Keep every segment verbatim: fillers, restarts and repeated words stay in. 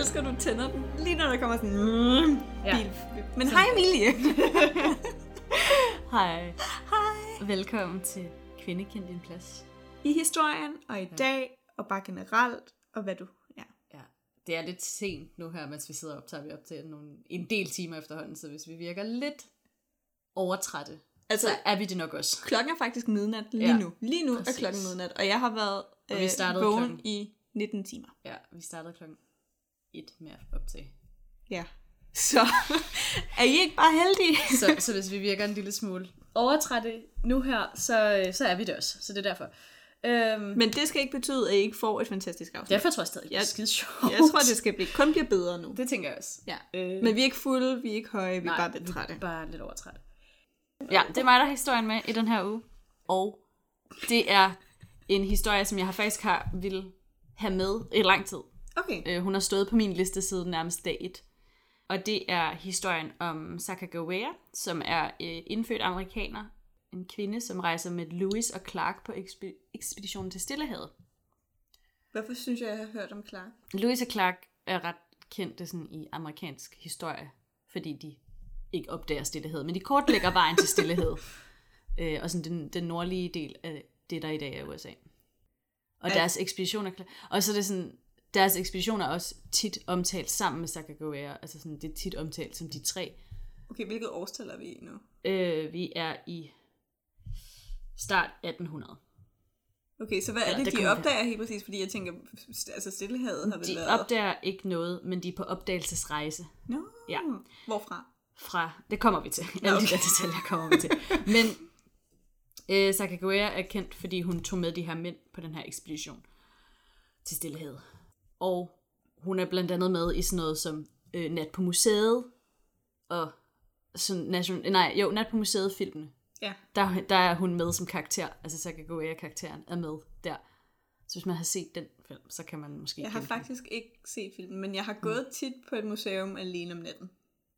elsker, du tænder den, lige når der kommer sådan mm, ja. bil. Men hej Emilie. Hej. Hej. Velkommen til Kvinde kend din plads. I historien, og i dag, og bare generelt, og hvad du... Ja. Ja. Det er lidt sent nu her, mens vi sidder og optager vi op til nogle, en del timer efterhånden, så hvis vi virker lidt overtrætte, altså, så er vi det nok også. Klokken er faktisk midnat lige ja. nu. Lige nu Præcis. er klokken midnat, og jeg har været og vi startede øh, vågen klokken... i nitten timer. Ja, vi startede klokken et med at optage. Ja. Så er I ikke bare heldige? så, så hvis vi virker en lille smule overtrætte nu her, så, så er vi det også. Så det er derfor. Øhm, Men det skal ikke betyde, at I ikke får et fantastisk afsnit. Derfor tror jeg stadig, det er skide sjovt. Jeg tror, det skal blive, kun blive bedre nu. Det tænker jeg også. Ja. Øh, Men vi er ikke fulde, vi er ikke høje, vi nej, er bare lidt trætte. Vi er bare lidt overtrætte. Ja, det er mig, der har historien med i den her uge. Og det er en historie, som jeg har faktisk har ville have med i lang tid. Okay. Øh, hun har stået på min liste siden nærmest dag et. Og det er historien om Sacagawea, som er øh, indfødt amerikaner. En kvinde, som rejser med Lewis og Clark på eksp- ekspeditionen til Stillehavet. Hvorfor synes jeg, jeg har hørt om Clark? Lewis og Clark er ret kendte sådan, i amerikansk historie, fordi de ikke opdager Stillehavet, men de kortlægger vejen til Stillehavet. øh, og sådan den, den nordlige del af det, der i dag er U S A. Og deres ekspeditioner, og så er det sådan, deres ekspeditioner er også tit omtalt sammen med Sacagawea, altså sådan, det er tit omtalt som de tre. Okay, hvilket årstal er vi i nu? Øh, vi er i start atten hundrede. Okay, så hvad er det, de opdager helt præcis? Fordi jeg tænker, altså Stillehavet har vel de været... De opdager ikke noget, men de er på opdagelsesrejse. Nå, ja. Hvorfra? Fra, det kommer vi til. Alle okay. de der detaljer kommer vi til. Men øh, Sacagawea er kendt, fordi hun tog med de her mænd på den her ekspedition til Stillehavet. Og hun er blandt andet med i sådan noget som øh, Nat på museet, og sådan nation, nej, jo, Nat på museet filmene. Ja. Der, der er hun med som karakter, altså Sacagawea-karakteren er med der. Så hvis man har set den film, så kan man måske... Jeg har faktisk den. ikke set filmen, men jeg har gået mm. tit på et museum alene om natten.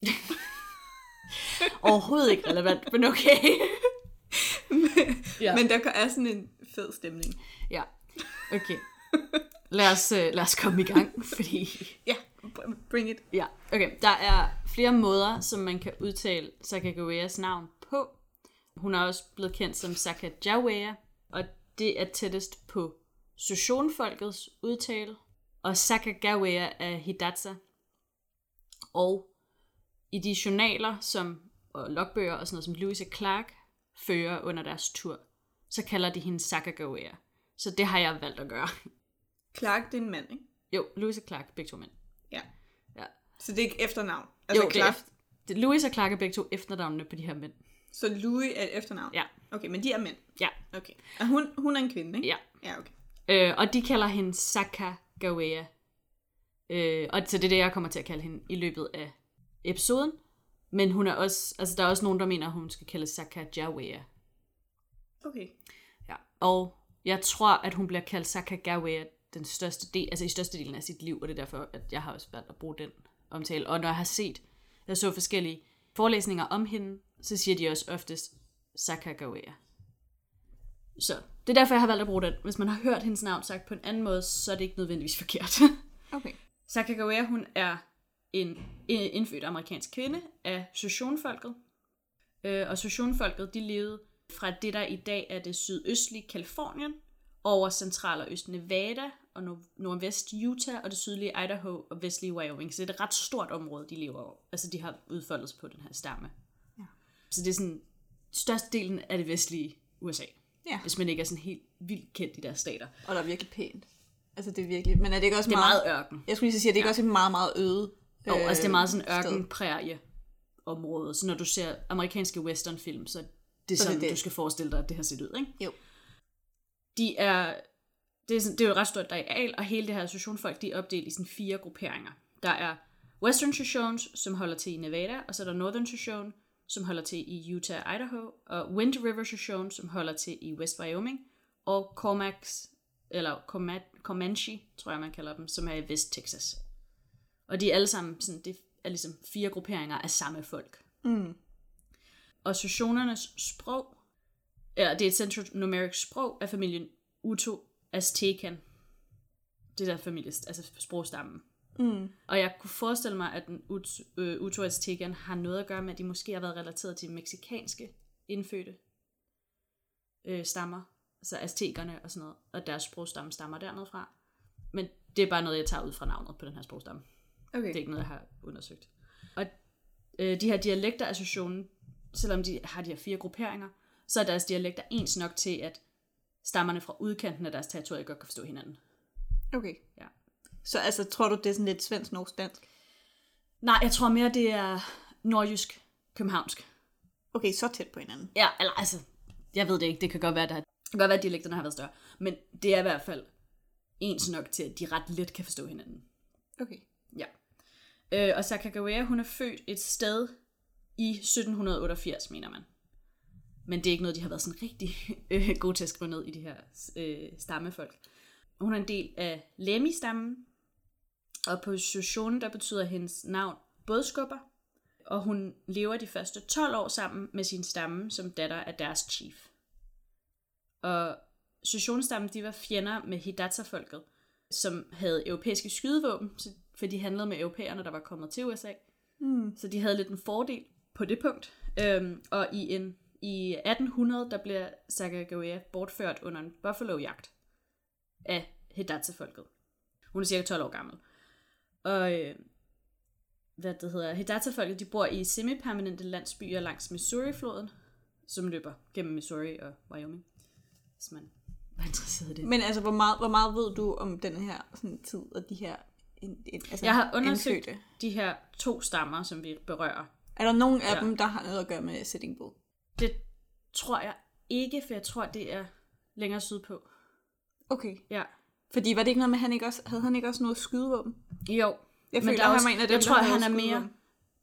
Overhovedet ikke relevant, men okay. men, ja. men der er sådan en fed stemning. Ja, okay. Lad os, uh, lad os komme i gang, fordi... Ja, bring it. Ja, okay. Der er flere måder, som man kan udtale Sacagaweas navn på. Hun er også blevet kendt som Sacagawea, og det er tættest på Shoshone-folkets udtale. Og Sacagawea er Hidatsa. Og i de journaler som, og logbøger og sådan noget, som Lewis og Clark fører under deres tur, så kalder de hende Sacagawea. Så det har jeg valgt at gøre. Clark, det er en mand, ikke? Jo, Lewis og Clark, begge to mænd. Ja. ja. Så det er ikke efternavn? Altså jo, Clark... det er efter... det, Lewis og Clark er begge to efternavnene på de her mænd. Så Louis er et efternavn? Ja. Okay, men de er mænd? Ja. Okay. Og hun, hun er en kvinde, ikke? Ja. Ja, okay. Øh, og de kalder hende Sacagawea. Øh, og så det er det, jeg kommer til at kalde hende i løbet af episoden. Men hun er også, altså der er også nogen, der mener, at hun skal kaldes Sacagawea. Okay. Ja. Og jeg tror, at hun bliver kaldt Sacagawea den største del, altså i største delen af sit liv, og det er derfor, at jeg har også valgt at bruge den omtale. Og når jeg har set, jeg så forskellige forelæsninger om hende, så siger de også oftest Sacagawea. Så det er derfor, jeg har valgt at bruge den. Hvis man har hørt hendes navn sagt på en anden måde, så er det ikke nødvendigvis forkert. Okay. Sacagawea, hun er en indfødt amerikansk kvinde af Shoshone-folket. Og Shoshone-folket, de levede fra det, der i dag er det sydøstlige Kalifornien, over central og øst Nevada, og nordvest Utah, og det sydlige Idaho og vestlige Wyoming. Så det er et ret stort område, de lever over. Altså, de har udfoldet sig på den her stamme. Ja. Så det er sådan størstedelen af det vestlige U S A. Ja. Hvis man ikke er sådan helt vildt kendt i deres stater. Og der er virkelig pænt. Altså, det er virkelig... Men er det ikke også det er meget... meget ørken. Jeg skulle lige sige, at det er ikke ja. også et meget, meget øde Jo, øh, altså det er meget sådan ørkenprærie-område. Så når du ser amerikanske westernfilm, så det er så sådan, det. du skal forestille dig, at det har set ud, ikke? Jo. De er... Det er, sådan, det er jo et ret stort areal, og hele det her Shoshone-folk, de er opdelt i sådan fire grupperinger. Der er Western Shoshones, som holder til i Nevada, og så er der Northern Shoshone, som holder til i Utah og Idaho, og Wind River Shoshone, som holder til i West Wyoming, og Comanche, eller Comanche, tror jeg man kalder dem, som er i Vest Texas. Og de er alle sammen, sådan, det er ligesom fire grupperinger af samme folk. Mm. Og Shoshonernes sprog, eller det er et Central Numeric sprog af familien Uto Aztecan. Det der familie, altså sprogstammen. Mm. Og jeg kunne forestille mig, at den Ut- øh, Uto-Aztekerne har noget at gøre med, at de måske har været relateret til meksikanske indfødte øh, stammer, altså aztekerne og sådan noget, og deres sprogstamme stammer dernede fra. Men det er bare noget, jeg tager ud fra navnet på den her sprogstamme. Okay. Det er ikke noget, jeg har undersøgt. Og øh, de her dialekter af associationen, selvom de har de her fire grupperinger, så er deres dialekter ens nok til, at stammerne fra udkanten af deres territorie godt kan forstå hinanden. Okay. Ja. Så altså, tror du, det er sådan lidt svensk, norsk, dansk? Nej, jeg tror mere, det er nordjysk, københavnsk. Okay, så tæt på hinanden. Ja, eller altså, jeg ved det ikke. Det kan godt være, at, det kan godt være, at dialekterne har været større. Men det er i hvert fald ens nok til, at de ret let kan forstå hinanden. Okay. Ja. Øh, og Sacagawea, hun er født et sted i sytten otteogfirs, mener man. Men det er ikke noget, de har været sådan rigtig øh, gode til at skrive ned i de her øh, stammefolk. Hun er en del af Lemi-stammen, og på Shoshonen, der betyder hendes navn bådskubber, og hun lever de første tolv år sammen med sin stamme som datter af deres chief. Og Shoshone-stammen, de var fjender med Hidatsa-folket, som havde europæiske skydevåben, for de handlede med europæerne, der var kommet til U S A. Mm. Så de havde lidt en fordel på det punkt. Øhm, og i, en, i atten hundrede, der bliver Sacagawea bortført under en buffalo-jagt af Hidatsa-folket. Hun er cirka tolv år gammel. Og øh, hvad det hedder, Hidatsa-folket, de bor i semi-permanente landsbyer langs Missouri-floden, som løber gennem Missouri og Wyoming, hvis man var interesseret i det. Men altså, hvor meget, hvor meget ved du om den her sådan, tid og de her in, in, altså, jeg har undersøgt indfødte? De her to stammer, som vi berører. Er der nogen af ja. dem, der har noget at gøre med Sitting Bull? Det tror jeg ikke, for jeg tror, det er længere sydpå. Okay. Ja. Fordi var det ikke noget med, han ikke også, havde han ikke også noget skydevåben? Jo. Jeg men føler, der er også, han er dem, jeg tror, han er skydevåben. mere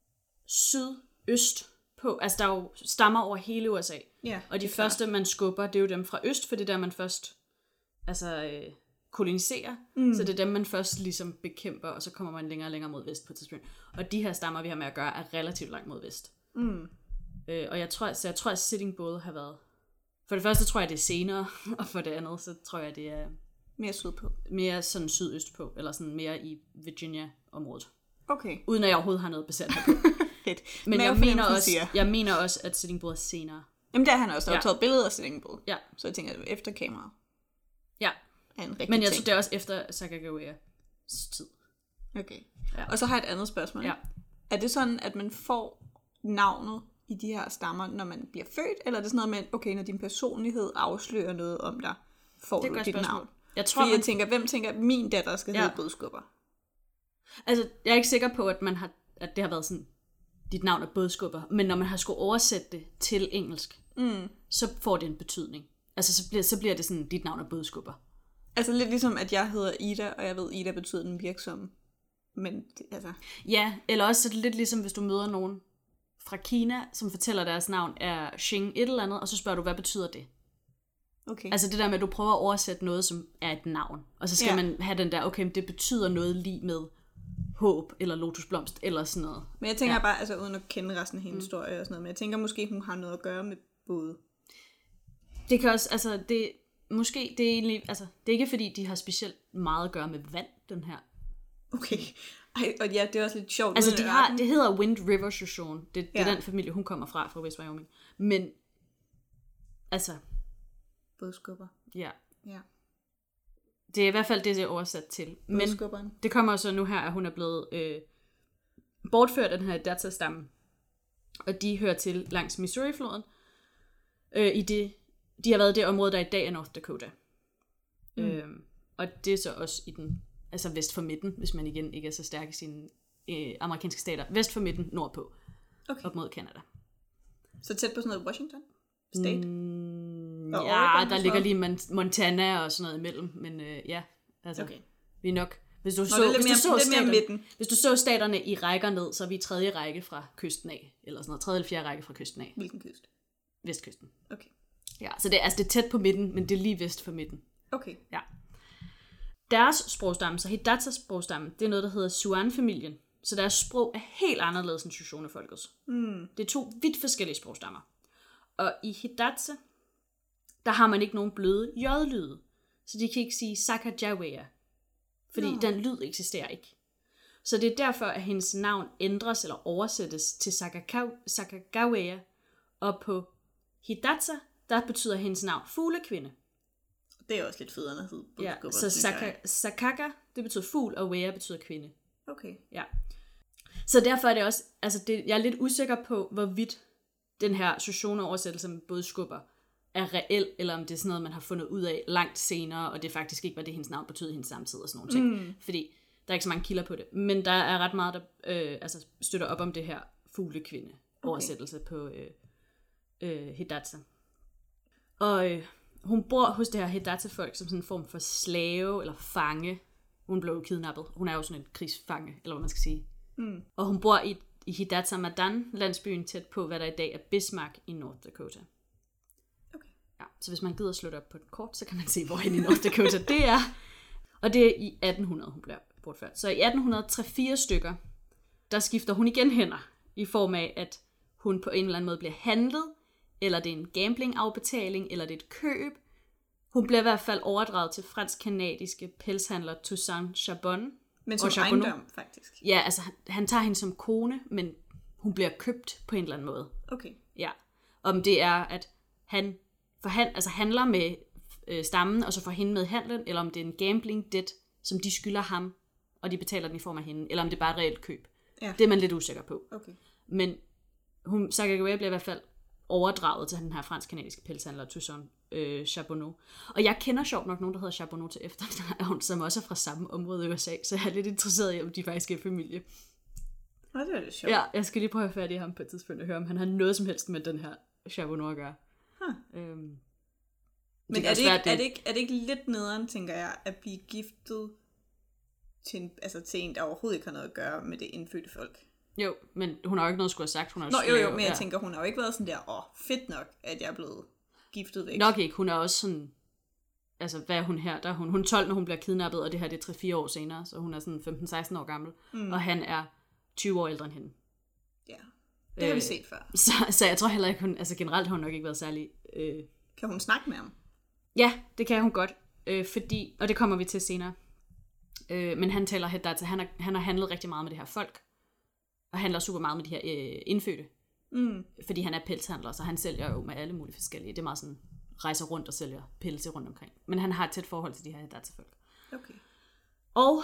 sydøst på. Altså, der er jo stammer over hele U S A. Ja, og de første, klart. Man skubber, det er jo dem fra øst, for det er der, man først altså, øh, koloniserer. Mm. Så det er dem, man først ligesom bekæmper, og så kommer man længere og længere mod vest på et tidspunkt. Og de her stammer, vi har med at gøre, er relativt langt mod vest. Mm. Øh, og jeg tror, så jeg tror, at Sitting Bull har været... For det første tror jeg, det er senere, og for det andet, så tror jeg, det er... Mere sydpå. Mere sådan sydøst på, eller sådan mere i Virginia-området. Okay. Uden at jeg overhovedet har noget baseret herpå. Fedt. Men jeg mener, også, jeg mener også, at Sitting Bull er senere. Jamen det er han også. Der ja. har taget billeder af Sitting Bull. Ja. Så jeg tænker, at efter kameraet. Ja. Er en rigtig Men jeg ting. tror, det er også efter Sacagaweas tid. Okay. Ja. Og så har jeg et andet spørgsmål. Ja. Er det sådan, at man får navnet i de her stammer, når man bliver født? Eller er det sådan noget med, okay, når din personlighed afslører noget om dig, får det du dit spørgsmål. Navn? Jeg tror, Fordi man... jeg tænker, hvem tænker, at min datter skal ja. hedde bådskubber? Altså, jeg er ikke sikker på, at, man har, at det har været sådan, dit navn er bådskubber. Men når man har skulle oversætte det til engelsk, mm. så får det en betydning. Altså, så bliver, så bliver det sådan, dit navn er bådskubber. Altså lidt ligesom, at jeg hedder Ida, og jeg ved, Ida betyder den virksomme. Men, altså... Ja, eller også er det lidt ligesom, hvis du møder nogen fra Kina, som fortæller, at deres navn er Xing et eller andet, og så spørger du, hvad betyder det? Okay. Altså det der med, at du prøver at oversætte noget, som er et navn. Og så skal ja. man have den der, okay, det betyder noget lige med håb, eller lotusblomst, eller sådan noget. Men jeg tænker ja. bare, altså uden at kende resten af hendes mm. historie og sådan noget, men jeg tænker måske, hun har noget at gøre med både. Det kan også, altså det, måske, det er egentlig, altså det er ikke fordi, de har specielt meget at gøre med vand, den her. Okay. Ej, og ja, det er også lidt sjovt. Altså de har, det hedder Wind River Shoshone. Det, det ja. er den familie, hun kommer fra, fra West Wyoming. Men, altså... Bådskubber. Ja. Ja. Det er i hvert fald det, det er oversat til. Men det kommer så nu her, at hun er blevet øh, bortført af den her Hidatsa-stamme. Og de hører til langs Missouri-floden. Øh, i det, de har været i det område, der i dag er North Dakota. Mm. Øh, og det er så også i den, altså vest for midten, hvis man igen ikke er så stærk i sine øh, amerikanske stater. Vest for midten, nordpå. Okay. Op mod Canada. Så tæt på sådan noget Washington State? Mm, ja, Oregon, der ligger lige Montana og sådan noget imellem. Men øh, ja, altså, okay. Vi er nok... Hvis du, Nå, så, hvis, mere, du så staterne, hvis du så staterne i rækker ned, så er vi i tredje række fra kysten af. Eller sådan noget, tredje eller fjerde række fra kysten af. Hvilken kyst? Vestkysten. Okay. Ja, så det er, altså, det er tæt på midten, men det er lige vest for midten. Okay. Ja. Deres sprogstamme, så Hidatsas sprogstamme, det er noget, der hedder Siouan-familien. Så deres sprog er helt anderledes end Shoshone-folkets. Mm. Det er to vidt forskellige sprogstammer. Og i Hidatsa, der har man ikke nogen bløde j-lyde. Så de kan ikke sige Sacagawea. Fordi no. den lyd eksisterer ikke. Så det er derfor, at hendes navn ændres eller oversættes til Sacagawea, og på Hidatsa, der betyder hendes navn fuglekvinde. Det er også lidt federe, at hedde ja, så Saka, Sakaga, det betyder fugl, og Wea betyder kvinde. Okay. Ja. Så derfor er det også, altså det, jeg er lidt usikker på, hvorvidt den her Shoshone-oversættelse med både skubber er reel, eller om det er sådan noget, man har fundet ud af langt senere, og det faktisk ikke var det, hendes navn betød i hendes samtid og sådan nogle ting. Mm. Fordi der er ikke så mange kilder på det. Men der er ret meget, der øh, altså støtter op om det her fuglekvinde-oversættelse okay. på øh, øh, Hidatsa. Og øh, hun bor hos det her Hidatsa-folk som sådan en form for slave eller fange. Hun blev kidnappet. Hun er jo sådan en krigsfange, eller hvad man skal sige. Mm. Og hun bor i, i Hidatsa Madan, landsbyen tæt på, hvad der i dag er Bismarck i North Dakota. Okay. Ja, så hvis man gider slå det op på et kort, så kan man se, hvor hen i North Dakota det er. Og det er i atten hundrede, hun bliver bortført. Så i atten tredive stykker, der skifter hun igen hænder, i form af, at hun på en eller anden måde bliver handlet, eller det er en gambling-afbetaling, eller det er et køb. Hun bliver i hvert fald overdraget til fransk-kanadiske pelshandler Toussaint Charbonneau. Men som ejendom, faktisk. Ja, altså han, han tager hende som kone, men hun bliver købt på en eller anden måde. Okay. Ja. Om det er, at han forhand, altså handler med øh, stammen, og så får hende med i handlen, eller om det er en gambling debt, som de skylder ham, og de betaler den i form af hende, eller om det er bare et reelt køb. Ja. Det er man lidt usikker på. Okay. Men hun, Sacagawea bliver i hvert fald overdraget til den her fransk-kanadiske pelshandler, Toussaint øh, Charbonneau. Og jeg kender sjovt nok nogen, der hedder Charbonneau til efternavn, som også er fra samme område i U S A, så jeg er lidt interesseret i, om de faktisk er familie. Nå, det er lidt sjovt. Ja, jeg skal lige prøve at færdig ham på et tidspunkt og høre, om han har noget som helst med den her Charbonneau at gøre. Huh. Øhm, Men er det, ikke, det... Er, det ikke, er det ikke lidt nederen, tænker jeg, at blive giftet til en, altså til en, der overhovedet ikke har noget at gøre med det indfødte folk? Jo, men hun har jo ikke noget at skulle have sagt. Hun har Nå, jo, jo, jo, men jeg ja. tænker, hun har jo ikke været sådan der, åh, fedt nok, at jeg er blevet giftet væk. Nok ikke, hun er også sådan, altså hvad er hun her? Der er hun, hun er tolv, når hun bliver kidnappet, og det her det er tre fire år senere, så hun er sådan femten seksten år gammel, mm. og han er tyve år ældre end hende. Ja, det har øh, vi set før. Så, så jeg tror heller ikke, hun, altså generelt har hun nok ikke været særlig... Øh... Kan hun snakke med ham? Ja, det kan hun godt, øh, fordi, og det kommer vi til senere, øh, men han taler Hidatsa, han har, han har handlet rigtig meget med det her folk, og handler super meget med de her øh, indfødte. Mm. Fordi han er pelshandler, så han sælger jo med alle mulige forskellige. Det er meget sådan, rejser rundt og sælger pelse rundt omkring. Men han har et tæt forhold til de her Hidatsa-folk. Okay. Og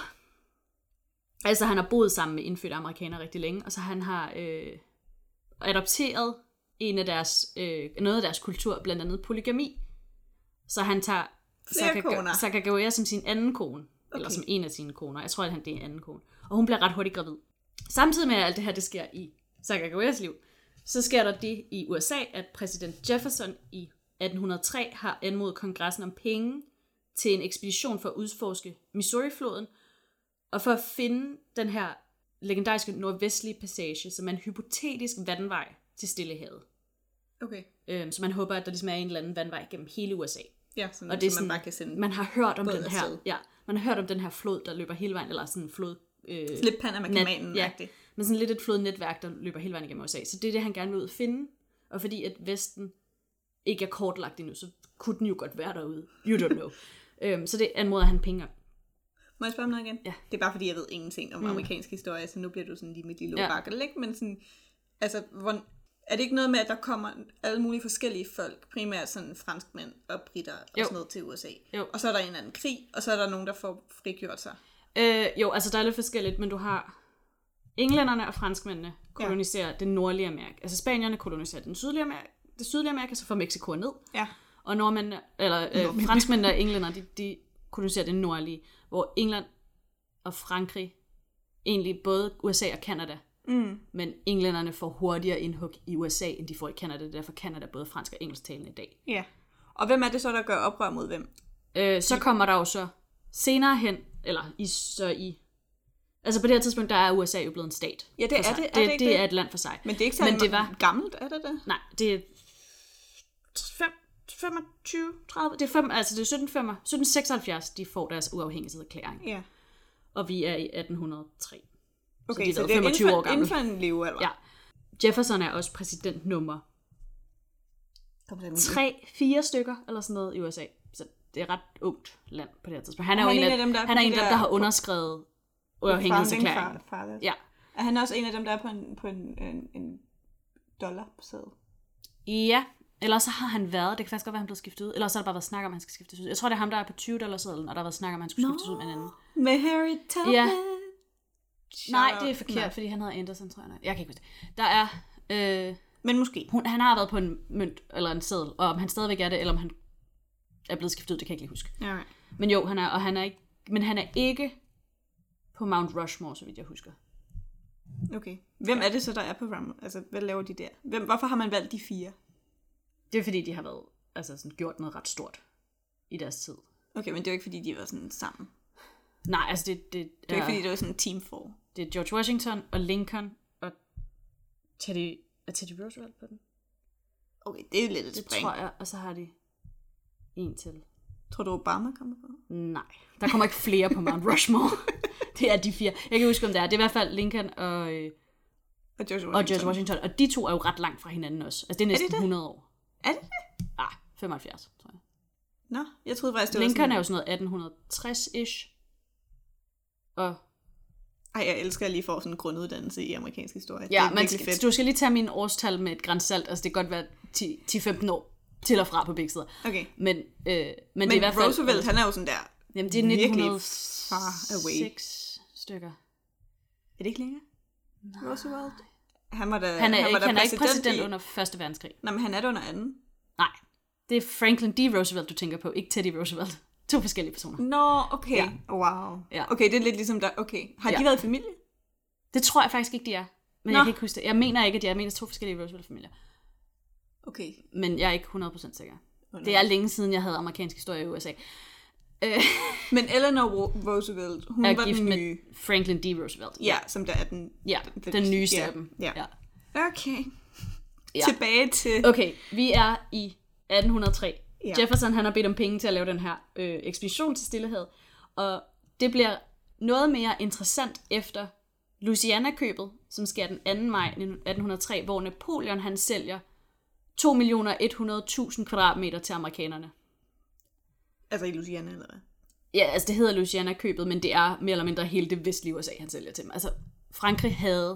altså han har boet sammen med indfødte amerikanere rigtig længe, og så han har øh, adopteret en af deres, øh, noget af deres kultur, blandt andet polygami. Så han tager Sacagawea som sin anden kone, okay. eller som en af sine koner. Jeg tror, at han det er en anden kone. Og hun bliver ret hurtigt gravid. Samtidig med, at alt det her det sker i Sacagaweas liv, så sker der det i U S A, at præsident Jefferson i atten hundrede og tre har anmodet kongressen om penge til en ekspedition for at udforske Missouri-floden, og for at finde den her legendariske nordvestlige passage, som er en hypotetisk vandvej til Stillehavet. Okay. Øhm, så man håber, at der ligesom er en eller anden vandvej gennem hele U S A. Ja, sådan, og det er så sådan, man bare kan sende man har hørt om den her, ja, man har hørt om den her flod, der løber hele vejen, eller sådan en flod. Øh, lidt Panama-kanalen. Ja, men sådan lidt et flodnetværk, der løber hele vejen igennem U S A. Så det er det, han gerne vil ud finde. Og fordi at Vesten ikke er kortlagt endnu, så kunne den jo godt være derude. You don't know. øhm, så det anmoder han penge om. Må jeg spørge om noget igen? Ja. Det er bare fordi, jeg ved ingenting om mm. amerikansk historie, så nu bliver du sådan lige med de lille bakker, ikke? Men sådan, altså, hvor, er det ikke noget med, at der kommer alle mulige forskellige folk, primært sådan franskmænd og britter og jo. sådan noget til U S A? Jo. Og så er der en anden krig, og så er der nogen, der får frigjort sig? Øh, jo, altså der er lidt forskelligt, men du har englænderne og franskmændene koloniserer ja. det nordlige Amerika. Altså spanierne koloniserer den sydlige Amerika, det sydlige Amerika, så får Mexico ned. Ja. Og nordmændene, eller øh, franskmændene og englænderne, de, de koloniserer det nordlige, hvor England og Frankrig, egentlig både U S A og Canada, mm. men englænderne får hurtigere indhug i U S A, end de får i Canada. Derfor Canada både fransk og engelsktalende i dag. Ja. Og hvem er det så, der gør oprør mod hvem? Øh, så kommer der jo så senere hen, eller i, så i... Altså på det her tidspunkt, der er U S A jo blevet en stat. Ja, det er det. Er det, det, det, det er et land for sig. Men det er ikke så Men det var... gammelt, er det det? Nej, det er femogtyve tredive Det er, fem, altså det er sytten seksoghalvfjerds de får deres uafhængighedserklæring. Ja. Og vi er i atten hundrede og tre Okay, så, de så det er inden for, inden for en levealder. Ja. Jefferson er også præsident nummer tre, fire stykker, eller sådan noget i U S A. Så det er et ret ungt land på det her tidspunkt. Han er jo han en af dem, der, han er en af dem, der har underskrevet uafhængighedserklæring. Ja. Er han også en af dem, der er på en, på en, en, en dollarseddel? Ja, eller så har han været, det kan faktisk godt være, han blevet skiftet ud, eller så har der bare været snak om, at han skal skiftes ud. Jeg tror, det er ham, der er på tyve dollarsedlen, og der har været snak om, at han skulle skiftes no, ud med en anden. Med Harry Talbot? Ja. Nej, det er forkert, Nej. fordi han hedder Anderson, tror jeg. Jeg kan ikke huske det. Der er... Øh, Men måske. Hun, han har været på en mønt, eller en seddel, og om han stadigvæk er det, eller om han er blevet skiftet ud, det kan jeg ikke lige huske. Alright. Men jo, han er, og han er ikke, men han er ikke på Mount Rushmore, så vidt jeg husker. Okay. Hvem er det så, der er på Rushmore? Altså, hvad laver de der? Hvem, hvorfor har man valgt de fire? Det er fordi, de har været, altså sådan, gjort noget ret stort i deres tid. Okay, men det er jo ikke fordi, de var sådan sammen. Nej, altså det... Det, det er ikke fordi, det var sådan en team for. Det er George Washington og Lincoln og Teddy... Er Teddy Roosevelt på den? Okay, det er jo lidt et spring. Det tror jeg, og så har de en til. Tror du, Obama kommer på? Nej, der kommer ikke flere på Mount Rushmore. Det er de fire. Jeg kan huske, om det er. Det er i hvert fald Lincoln og, og, George Washington. og George Washington. Og de to er jo ret langt fra hinanden også. Altså det er næsten er det det? hundrede år. Er det det? Ah, femoghalvfjerds, tror jeg. Nå, jeg troede faktisk, det Lincoln var sådan... er jo sådan noget atten tres-ish. Og... Ej, jeg elsker, at jeg lige får sådan en grunduddannelse i amerikansk historie. Ja, det er men fedt. Du skal lige tage min årstal med et gran salt. Altså, det kan godt være ti til femten år til og fra på begge sider. Okay. Men, øh, men, men det er i hvert fald... Roosevelt, han er jo sådan der... Jamen, det er nitten hundrede og far away. stykker. Er det ikke længere? Nej. Roosevelt? Han, var da, han er, han ikke, var han er ikke præsident i... under første verdenskrig. Nej, men han er det under anden. Nej, det er Franklin D. Roosevelt, du tænker på, ikke Teddy Roosevelt. To forskellige personer. Nå, okay. Ja. Wow. Ja. Okay, det er lidt ligesom der... Okay. Har de ja. været i familie? Det tror jeg faktisk ikke, de er. Men Nå. jeg kan ikke huske det. Jeg mener ikke, at de er. Jeg mener to forskellige Roosevelt-familier. Okay. Men jeg er ikke hundrede procent sikker. Oh, det er længe siden, jeg havde amerikansk historie i U S A. Men Eleanor Roosevelt, hun er var gift den med nye. Franklin D. Roosevelt. Ja, som der er den... Ja, den, den, den nyeste ja. af dem. Ja. ja. Okay. Ja. Tilbage til... Okay, vi er i atten hundrede og tre. Ja. Jefferson, han har bedt om penge til at lave den her øh, ekspedition til Stillehavet. Og det bliver noget mere interessant efter Louisiana-købet, som sker den anden maj atten hundrede og tre, hvor Napoleon han sælger to millioner et hundrede tusind kvadratmeter til amerikanerne. Altså i Louisiana, eller hvad? Ja, altså det hedder Louisiana-købet, men det er mere eller mindre hele det vestlige U S A, han sælger til dem. Altså Frankrig havde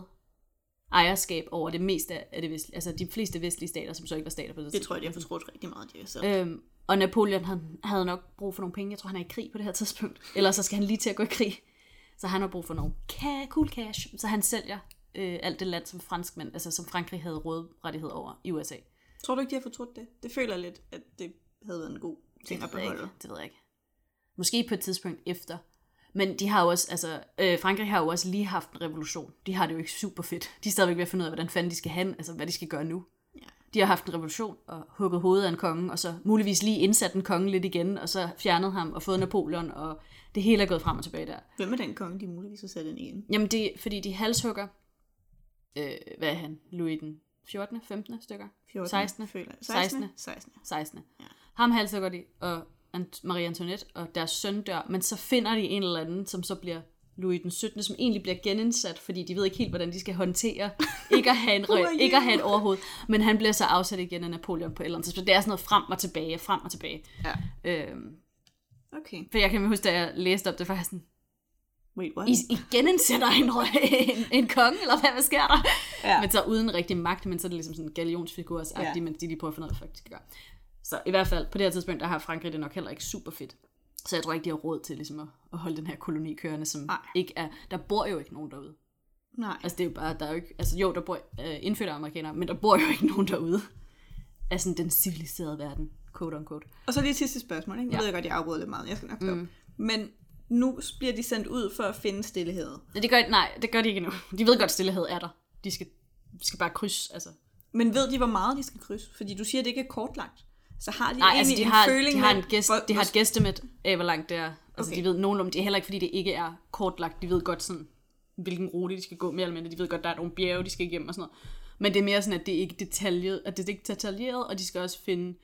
ejerskab over det meste af det vestlige, altså de fleste vestlige stater, som så ikke var stater på det tidspunkt. Det tror jeg, de har fortrudt rigtig meget, de så. Øhm, og Napoleon han havde nok brug for nogle penge. Jeg tror, han er i krig på det her tidspunkt. Ellers så skal han lige til at gå i krig. Så han har brug for nogle ca- cool cash. Så han sælger øh, alt det land, som franskmænd, altså som Frankrig havde rådrettighed over i U S A. Tror du ikke, de har fortrudt det? Det føler lidt, at det havde været en god ting at beholde. Ikke. Det ved jeg ikke. Måske på et tidspunkt efter. Men de har jo også, altså, øh, Frankrig har jo også lige haft en revolution. De har det jo ikke super fedt. De er stadigvæk ved at finde ud af, hvordan fanden de skal have, altså hvad de skal gøre nu. Ja. De har haft en revolution og hugget hovedet af en konge, og så muligvis lige indsat en konge lidt igen, og så fjernet ham og fået Napoleon, og det hele er gået frem og tilbage der. Hvem er den konge, de muligvis har sat ind igen? Jamen det er, fordi de halshugger, øh, hvad er han, Louis den fjortende, femtende stykker? fjortende, sekstende, føler jeg. sekstende, sekstende. sekstende. Ja. Ham halshugger de, og Marie Antoinette og deres søn dør, men så finder de en eller anden, som så bliver Louis den syttende, som egentlig bliver genindsat, fordi de ved ikke helt, hvordan de skal håndtere ikke at have, en røg, ikke at have et overhoved, men han bliver så afsat igen af Napoleon på et eller andet tidspunkt. Det er sådan noget frem og tilbage, frem og tilbage. Ja. Øhm, okay. For jeg kan huske, da jeg læste op, det var sådan, wait, what? I, I genindsætter en, en, en konge, eller hvad, hvad sker der? Ja. Men så uden rigtig magt, men så er det ligesom sådan en galionsfigursagtig, ja. Mens de lige prøver at finde ud af, hvad de skal gøre. Så i hvert fald, på det her tidspunkt, der har Frankrig det nok heller ikke super fedt. Så jeg tror ikke, de har råd til ligesom at, at holde den her koloni kørende, som Ej. ikke er... Der bor jo ikke nogen derude. Nej. Altså det er jo bare, der er jo ikke... Altså jo, der bor øh, indfødte amerikanere, men der bor jo ikke nogen derude. Af sådan den civiliserede verden, quote on quote. Og så lige sidste spørgsmål, ikke? Jeg ja. ved godt, jeg afbryder lidt meget, jeg skal nok stoppe. Mm. Men nu bliver de sendt ud for at finde Stillehavet. Ja, det gør, nej, det gør de ikke endnu. De ved godt, at Stillehavet er der. De skal, de skal bare krydse, altså. Men ved de, hvor meget de skal krydse? Fordi du siger, at det ikke er kortlagt. Så har de Nej, egentlig altså de en har, føling de har, en med, gæst, hvor, de har et guesstimate af, hvor langt det er. Altså okay. de ved nogenlunde, det er heller ikke, fordi det ikke er kortlagt. De ved godt sådan, hvilken rute de skal gå, mere eller mindre. De ved godt, der er nogle bjerge, de skal igennem og sådan noget. Men det er mere sådan, at det ikke er detaljeret, at det er ikke detaljeret, og de skal også finde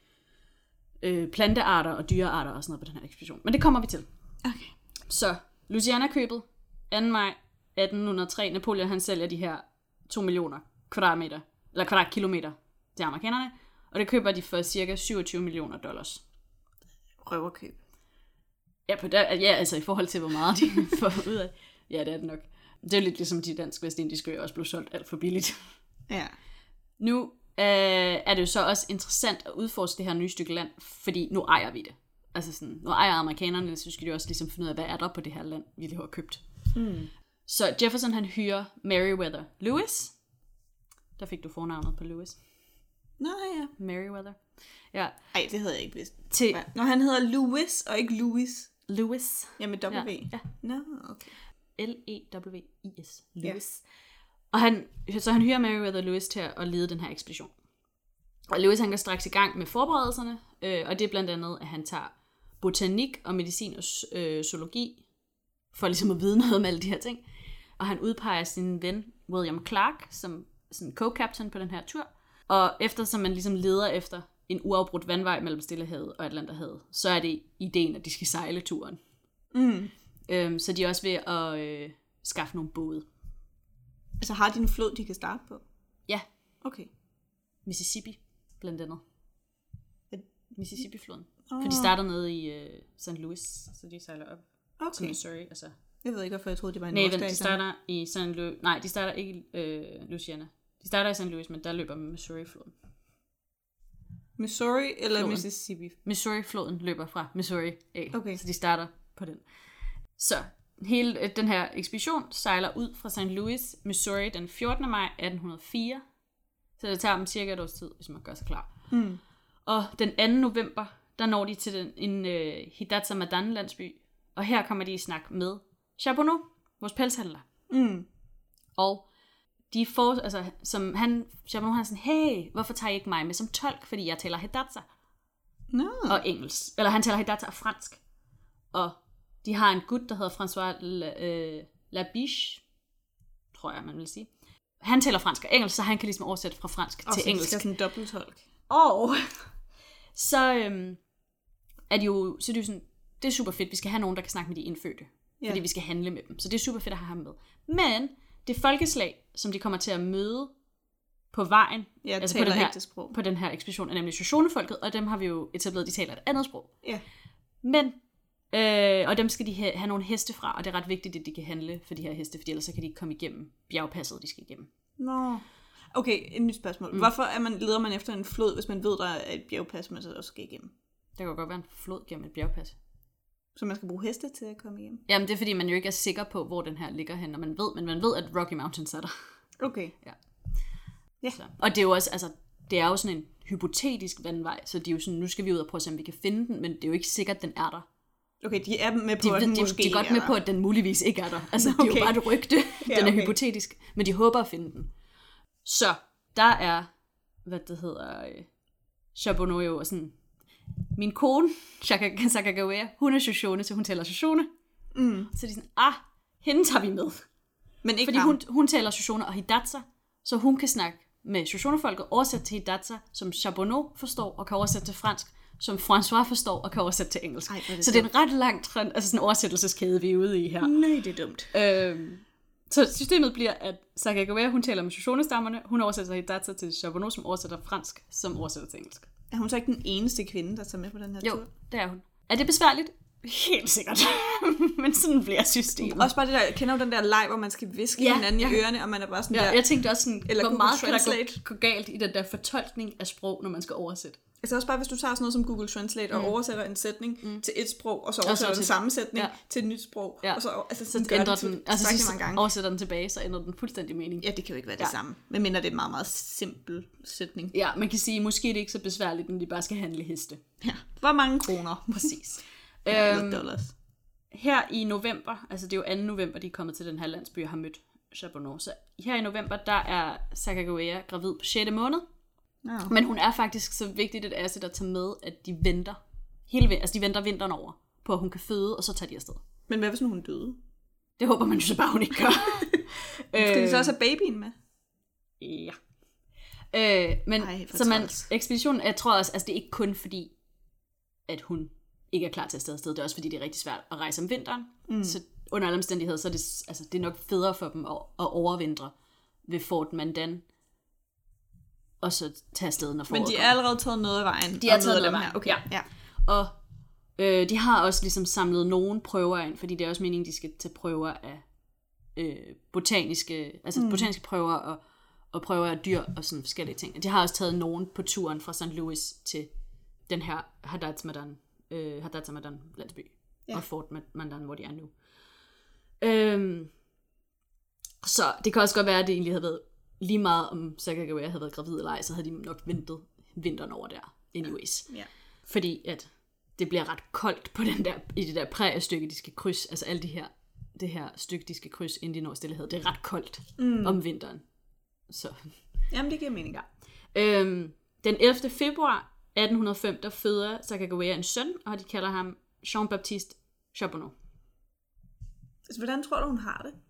øh, plantearter og dyrearter og sådan noget på den her ekspedition. Men det kommer vi til. Okay. Så, Louisiana-købet, anden maj atten hundrede og tre. Napoleon, han sælger de her to millioner kvadratmeter, eller kvadratkilometer til amerikanerne. Og det køber de for cirka syvogtyve millioner dollars. Røverkøb. Ja, på der, ja, altså i forhold til, hvor meget de får ud af. Ja, det er det nok. Det er lidt ligesom de danske vestindiske øer også blev solgt alt for billigt. Ja. Nu øh, er det jo så også interessant at udforske det her nye stykke land, fordi nu ejer vi det. Altså sådan, nu ejer amerikanerne, så skal de også ligesom finde ud af, hvad er der på det her land, vi lige har købt. Mm. Så Jefferson han hyrer Meriwether Lewis. Der fik du fornavnet på Lewis. Nå ja. Meriwether. Ja. Ej, det havde jeg ikke vidst. Til... Når han hedder Lewis og ikke Louis. Lewis. Ja, med W. Ja. ja. Nå, okay. L E W I S. Lewis. Ja. Og han, så han hyrer Meriwether Lewis til at lede den her ekspedition. Og Lewis han går straks i gang med forberedelserne, øh, og det er blandt andet, at han tager botanik og medicin og øh, zoologi, for ligesom at vide noget om alle de her ting. Og han udpeger sin ven William Clark som sådan co-captain på den her tur. Og eftersom man ligesom leder efter en uafbrudt vandvej mellem Stillehavet og Atlanterhavet, så er det ideen, at de skal sejle turen. Mm. Øhm, så de er også ved at øh, skaffe nogle både. Altså har de en flod, de kan starte på? Ja. Okay. Mississippi, blandt andet. Mississippi-floden. Oh. For de starter nede i øh, Saint Louis, så de sejler op okay. til Missouri. Altså. Jeg ved ikke, hvorfor jeg troede, det var en Nej, de starter i Saint Louis. Nej, de starter ikke i øh, Louisiana. De starter i Saint Louis, men der løber Missouri-floden. Missouri eller floden. Mississippi? Missouri-floden løber fra Missouri af, okay. så de starter på den. Så hele den her ekspedition sejler ud fra Saint Louis, Missouri den fjortende maj atten hundrede og fire. Så det tager dem cirka et års tid, hvis man gør sig klar. Mm. Og den anden november, der når de til den, en uh, Hidatsa Madan landsby. Og her kommer de i snak med Charbonneau, vores pelshandler. Mm. Og de får, altså, som han, Charbonneau har sådan, hey, hvorfor tager I ikke mig med som tolk, fordi jeg taler Hidatsa no. og engelsk. Eller han taler Hidatsa og fransk. Og de har en gut, der hedder François øh, Labiche, tror jeg, man vil sige. Han taler fransk og engelsk, så han kan ligesom oversætte fra fransk og til engelsk. Og så skal sådan en dobbelttolk. Og så øhm, er det jo, så er det jo sådan, det er super fedt, vi skal have nogen, der kan snakke med de indfødte. Ja. Fordi vi skal handle med dem. Så det er super fedt at have ham med. Men det folkeslag, som de kommer til at møde på vejen, ja, altså på den, her, på den her ekspedition, er nemlig Shoshonefolket, og dem har vi jo etableret, de taler et andet sprog. Ja. Men, øh, og dem skal de have, have nogle heste fra, og det er ret vigtigt, at de kan handle for de her heste, fordi ellers så kan de ikke komme igennem bjergpasset, de skal igennem. Nå. Okay, et nyt spørgsmål. Mm. Hvorfor er man, leder man efter en flod, hvis man ved, der er et bjergpas, man så også skal igennem? Der kan godt være en flod gennem et bjergpas. Så man skal bruge heste til at komme igennem? Jamen, det er fordi, man jo ikke er sikker på, hvor den her ligger hen, og man ved, men man ved, at Rocky Mountains er der. Okay. Ja. Ja. Så. Og det er jo også, altså, det er jo sådan en hypotetisk vandvej, så det er jo sådan, nu skal vi ud og prøve at se, om vi kan finde den, men det er jo ikke sikkert, at den er der. Okay, de er med på, de, at den de, måske de er godt med på, at den muligvis ikke er der. Altså, okay. det er jo bare et rygte. Den ja, er okay. hypotetisk, men de håber at finde den. Så, der er, hvad det hedder, øh, Charbonneau jo sådan, min kone, Sacagawea, hun er Shoshone, så hun taler Shoshone. Mm. Så de er sådan, ah, hende tager vi med. Men ikke fordi hun, hun taler Shoshone og Hidatsa, så hun kan snakke med Shoshone-folket, oversætte til Hidatsa, som Charbonneau forstår, og kan oversætte til fransk, som François forstår, og kan oversætte til engelsk. Ej, det så det er en ret lang trend, altså sådan en oversættelseskæde, vi er ude i her. Nej, det er dumt. Øhm, så systemet bliver, at Sacagawea, hun taler med Shoshone-stammerne, hun oversætter Hidatsa til Charbonneau, som oversætter fransk, som oversætter til engelsk. Er hun så ikke den eneste kvinde, der tager med på den her jo, tur? Jo, det er hun. Er det besværligt? Helt sikkert. Men sådan bliver systemet. Også bare det der, kender du den der leg, hvor man skal viske ja, hinanden ja. i ørerne, og man er bare sådan ja, der... Jeg tænkte også sådan, eller hvor meget kan der gå, gå galt i den der fortolkning af sprog, når man skal oversætte. Altså også bare, hvis du tager sådan noget som Google Translate, og mm. oversætter en sætning mm. til et sprog, og så oversætter og så den samme sætning ja. til et nyt sprog, ja. og så, altså, så ændrer den, den altså så mange gange. oversætter den tilbage, så ændrer den fuldstændig mening. Ja, det kan jo ikke være det ja. samme. Men mindre det er en meget, meget simpel sætning. Ja, man kan sige, måske det er ikke så besværligt, når de bare skal handle heste. Ja, hvor mange kroner? Præcis. ja, øhm, dollars. Her i november, altså det er jo anden november, de er kommet til den her landsby og har mødt Charbonneau. Så her i november, der er Sacagawea gravid på sjette måned. Oh. Men hun er faktisk så vigtigt et asset at tage med, at de venter. Hele, altså de venter vinteren over, på at hun kan føde, og så tager de afsted. Men hvad hvis nu hun døde? Det håber man jo så bare, hun ikke gør. Skal de så også have babyen med? Ja. Øh, men Ej, så man, ekspeditionen, jeg tror også, altså det er ikke kun fordi, at hun ikke er klar til at sted afsted. Det er også fordi, det er rigtig svært at rejse om vinteren. Mm. Så under alle omstændigheder, så er det, altså, det er nok federe for dem at, at overvintre ved Fort Mandan, og så tage afsted, når foråret Men de er allerede taget noget af vejen? De er taget noget af vejen, okay. ja. ja. Og øh, de har også ligesom samlet nogle prøver ind, fordi det er også meningen, de skal tage prøver af øh, botaniske, altså mm. botaniske prøver og, og prøver af dyr og sådan forskellige ting. De har også taget nogen på turen fra Saint Louis til den her Hadad-Madan, øh, Hadad-Madan landsby ja. og Fort Madan, hvor de er nu. Øhm, så det kan også godt være, at det egentlig havde været lige meget, om Sacagawea havde været gravid eller ej, så havde de nok ventet vinteren over der, anyways. Ja. Ja. Fordi at det bliver ret koldt på den der, i det der præriestykke, de skal krydse, altså alle de her, det her stykke, de skal krydse, inden de når Stillehavet. Det er ret koldt mm. om vinteren. Så. Jamen, det giver mening. Ja. Øhm, den ellevte februar atten hundrede og fem, der føder Sacagawea en søn, og de kalder ham Jean-Baptiste Charbonneau. Altså, hvordan tror du, hun har det?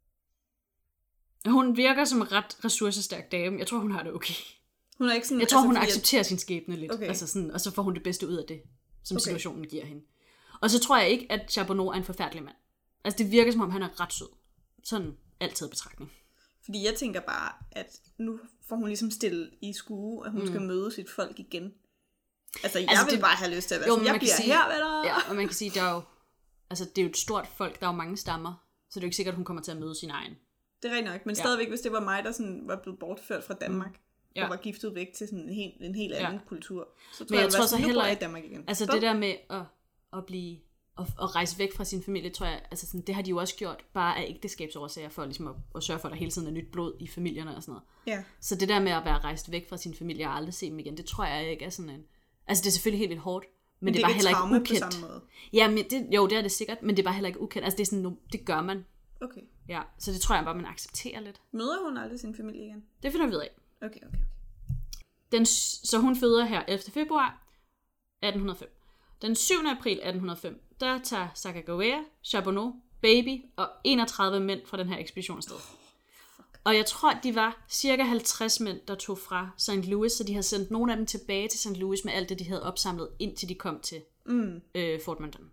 Hun virker som en ret ressourcestærk dame. Jeg tror, hun har det okay. Hun er ikke sådan, jeg tror, altså, hun accepterer at... sin skæbne lidt. Okay. Altså sådan, og så får hun det bedste ud af det, som okay. situationen giver hende. Og så tror jeg ikke, at Charbonneau er en forfærdelig mand. Altså, det virker som om, han er ret sød. Sådan altid betragtning. Fordi jeg tænker bare, at nu får hun ligesom stillet i skue, at hun mm. skal møde sit folk igen. Altså, jeg altså, vil det... bare have lyst til at være jo, sådan, jeg bliver sige... her, venner. Ja, og man kan sige, der er jo, altså, det er jo et stort folk, der er jo mange stammer, så det er jo ikke sikkert, at hun kommer til at møde sin egen. Det er rigtig nok, men ja. stadigvæk, hvis det var mig, der sådan var blevet bortført fra Danmark, mm. ja. og var giftet væk til sådan en helt, en helt anden ja. kultur, så tror men jeg, jeg tror så heller ikke, Danmark igen. Altså Stop. Det der med at, at blive, at, at rejse væk fra sin familie, tror jeg, altså sådan, det har de jo også gjort, bare af ægteskabsårsager, for ligesom at, at sørge for, at der hele tiden er nyt blod i familierne og sådan noget. Ja. Så det der med at være rejst væk fra sin familie og aldrig se dem igen, det tror jeg ikke er sådan en, altså det er selvfølgelig helt vildt hårdt, men, men det, det er bare heller ikke ukendt. Ja, men det, jo, det er det sikkert, men det er bare heller ikke ukendt. Altså det er sådan, det gør man. Okay. Ja, så det tror jeg bare, man accepterer lidt. Møder hun aldrig sin familie igen? Det finder vi ud af. Okay, okay, okay. Den, så hun føder her ellevte februar atten hundrede og fem. Den syvende april atten hundrede og fem, der tager Sacagawea, Charbonneau, Baby og enogtredive mænd fra den her ekspedition afsted. Oh, og jeg tror, de var cirka halvtreds mænd, der tog fra Saint Louis, så de havde sendt nogle af dem tilbage til Saint Louis med alt det, de havde opsamlet, indtil de kom til mm. øh, Fort Madan.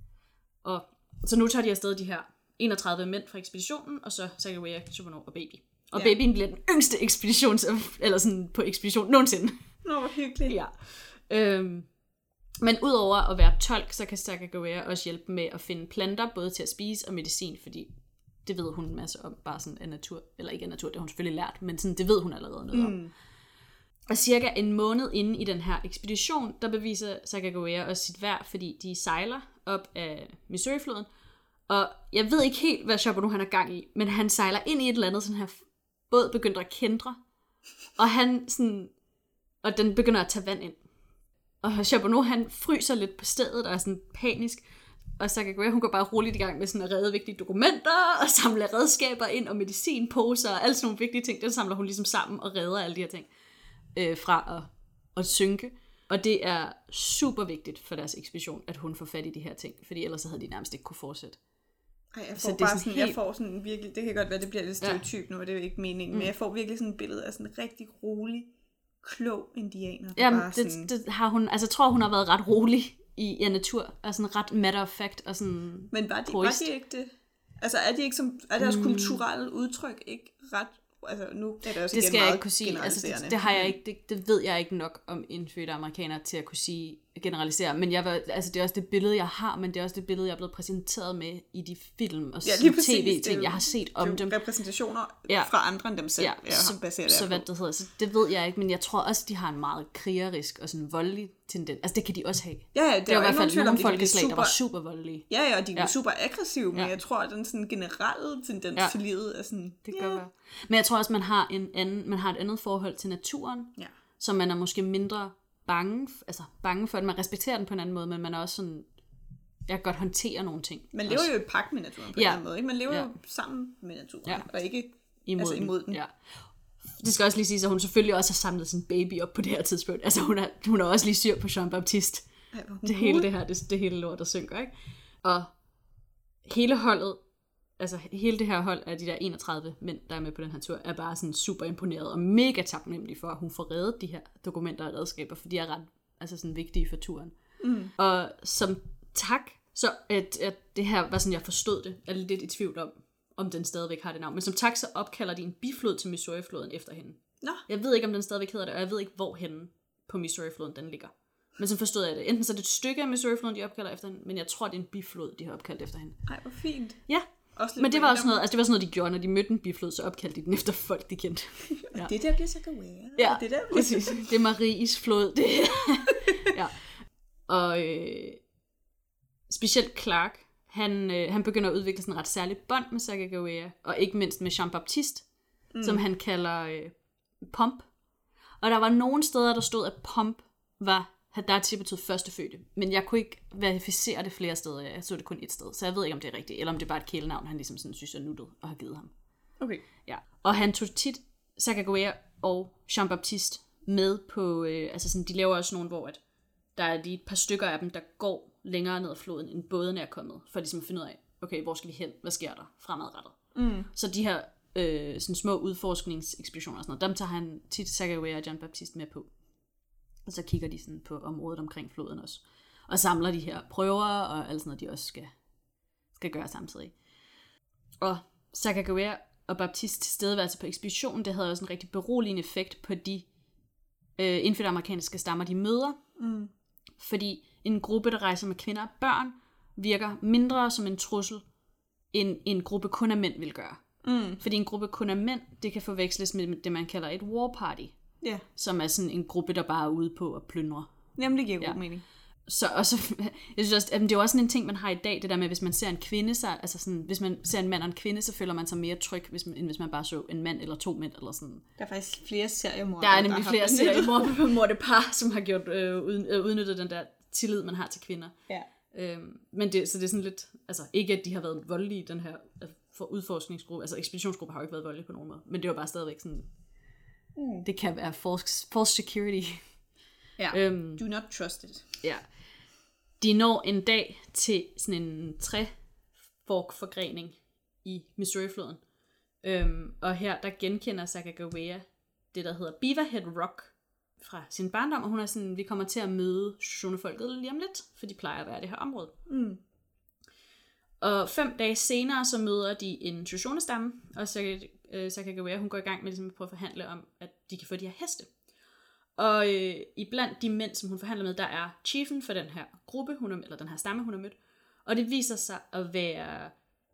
Og så nu tager de afsted de her enogtredive mænd fra ekspeditionen, og så Sacagawea, Charbonneau og Baby. Og ja. Babyen bliver den yngste ekspedition, eller sådan på ekspedition nogensinde. Nå, hvor hyggeligt. Ja. Øhm, men udover at være tolk, så kan Sacagawea også hjælpe med at finde planter, både til at spise og medicin, fordi det ved hun en masse om, bare sådan af natur, eller ikke af natur, det har hun selvfølgelig lært, men sådan, det ved hun allerede noget om. Mm. Og cirka en måned inde i den her ekspedition, der beviser Sacagawea også sit værd, fordi de sejler op af Missouri-floden, og jeg ved ikke helt, hvad Charbonneau han er gang i, men han sejler ind i et eller andet, sådan her båd begynder at kendre, og han sådan, og den begynder at tage vand ind. Og Charbonneau han fryser lidt på stedet, og er sådan panisk, og Sacagawea hun går bare roligt i gang med sådan at redde vigtige dokumenter, og samle redskaber ind, og medicinposer, og alle sådan nogle vigtige ting, det samler hun ligesom sammen, og redder alle de her ting, øh, fra at, at synke. Og det er super vigtigt for deres ekspedition, at hun får fat i de her ting, fordi ellers havde de nærmest ikke kunne fortsætte. Ej, jeg får så det bare sådan, sådan helt... jeg får sådan virkelig, det kan godt være, det bliver lidt stereotyp ja. nu, og det er jo ikke meningen, mm. men jeg får virkelig sådan et billede af sådan en rigtig rolig, klog indianer. Jamen, bare det, sådan... det har hun, altså jeg tror, hun har været ret rolig i, i natur, og sådan ret matter of fact, og sådan men var de, var de ikke det? Altså er de ikke som, er deres mm. kulturelle udtryk ikke ret, altså nu er det også det igen skal meget jeg ikke kunne sige, altså det, det har jeg ikke, det, det ved jeg ikke nok om indfødte amerikanere til at kunne sige, generalisere, men jeg vil, altså det er også det billede, jeg har, men det er også det billede, jeg er blevet præsenteret med i de film og ja, tv-ting, jeg har set om dem. Repræsentationer ja. fra andre end dem selv, ja, jeg så, baserer så hvad det hedder, så det ved jeg ikke, men jeg tror også, de har en meget krigerisk og sådan voldelig tendens. Altså det kan de også have. Ja, ja, det, det var i hvert fald nogle folkeslag, super... der var super voldelige. Ja, ja, og de er ja. super aggressive, men ja. jeg tror, at den sådan generelle tendens ja. til livet er sådan... Det kan yeah. være. Men jeg tror også, man har, en anden, man har et andet forhold til naturen, ja. så man er måske mindre bange, altså bange for, at man respekterer den på en anden måde, men man er også sådan, jeg kan godt håndtere nogle ting. Man lever også. jo i pagt med naturen på ja. en anden måde, ikke? Man lever ja. jo sammen med naturen, ja. og ikke imod, altså, imod den. Ja. Det skal også lige sige, at hun selvfølgelig også har samlet sin baby op på det her tidspunkt. Altså hun har, hun har også lige styr på Jean-Baptiste. Ej, det hele det her, det, det hele lort, der synker, ikke? Og hele holdet, altså hele det her hold af de der enogtredive mænd, der er med på den her tur, er bare sådan super imponeret og mega taknemmelig for, at hun får reddet de her dokumenter og redskaber, for de er ret altså sådan vigtige for turen. Mm. Og som tak, så at, at det her var sådan, jeg forstod det, er lidt i tvivl om, om den stadigvæk har det navn. Men som tak, så opkalder de en biflod til Missouri-floden efter hende. Nå. Jeg ved ikke, om den stadigvæk hedder det, og jeg ved ikke, hvor henne på Missouri-floden den ligger. Men så forstod jeg det. Enten så er det et stykke af Missouri-floden, de opkalder efter hende, men jeg tror, det er en biflod, de har opkaldt efter hende. Ej, hvor fint. Ja. Men det var også noget, altså det var sådan noget, de gjorde, når de mødte en biflod, så opkaldte de den efter folk, de kendte. Ja. Det der bliver Sakagawea. Ja, det der præcis. Det er Maries flod. Det. Ja. Og øh, specielt Clark, han, øh, han begynder at udvikle sådan et ret særligt bånd med Sakagawea, og ikke mindst med Jean-Baptiste, mm. som han kalder øh, Pomp. Og der var nogle steder, der stod, at Pomp var Hadati betød førstefødte, men jeg kunne ikke verificere det flere steder. Jeg så det kun et sted, så jeg ved ikke, om det er rigtigt, eller om det er bare et kælenavn, han ligesom sådan synes er nuttet og har givet ham. Okay. Ja. Og han tog tit Sakagawea og Jean-Baptiste med på, øh, altså sådan, de laver også nogle, hvor at der er lige et par stykker af dem, der går længere ned ad floden, end båden er kommet, for ligesom at finde ud af, okay, hvor skal vi hen? Hvad sker der fremadrettet? Mm. Så de her øh, sådan små udforskningsekspeditioner og sådan noget, dem tager han tit Sakagawea og Jean-Baptiste med på. Og så kigger de sådan på området omkring floden også. Og samler de her prøver og alt sådan noget, de også skal, skal gøre samtidig. Og Sakagawea og Baptiste tilstedeværelse på ekspeditionen, det havde også en rigtig beroligende effekt på de øh, indfødte amerikanske stammer, de møder. Mm. Fordi en gruppe, der rejser med kvinder og børn, virker mindre som en trussel, end en gruppe kun af mænd vil gøre. Mm. Fordi en gruppe kun af mænd, det kan forveksles med det, man kalder et war party. Yeah. Som er sådan en gruppe, der bare er ude på at plyndre. Jamen, det giver god ja. mening. Så, og så, jeg synes også, at det er jo også sådan en ting, man har i dag, det der med, hvis man ser en kvinde, så, altså sådan, hvis man ser en mand og en kvinde, så føler man sig mere tryg, hvis man, end hvis man bare så en mand eller to mænd, eller sådan. Der er faktisk flere seriemord. Der er nemlig der flere seriemord par, som har gjort, øh, udnyttet den der tillid, man har til kvinder. Ja. Øhm, men det, så det er sådan lidt, altså ikke at de har været voldelige, den her for udforskningsgruppe, altså ekspeditionsgruppe har jo ikke været voldelige på nogen måde, men det var bare stadigvæk sådan, mm. det kan være false, false security. Ja, øhm, do not trust it. Ja. De når en dag til sådan en træforkforgrening i Missouri-floden. Øhm, og her, der genkender Sakagawea det, der hedder Beaverhead Rock fra sin barndom, og hun er sådan, vi kommer til at møde Shoshone-folket lige om lidt, for de plejer at være i det her område. Mm. Og fem dage senere, så møder de en Shoshone-stamme, og Sakagawea, hun går i gang med ligesom, at prøve at forhandle om, at de kan få de her heste. Og øh, iblandt de mænd, som hun forhandler med, der er chiefen for den her gruppe, hun er, eller den her stamme, hun har mødt. Og det viser sig at være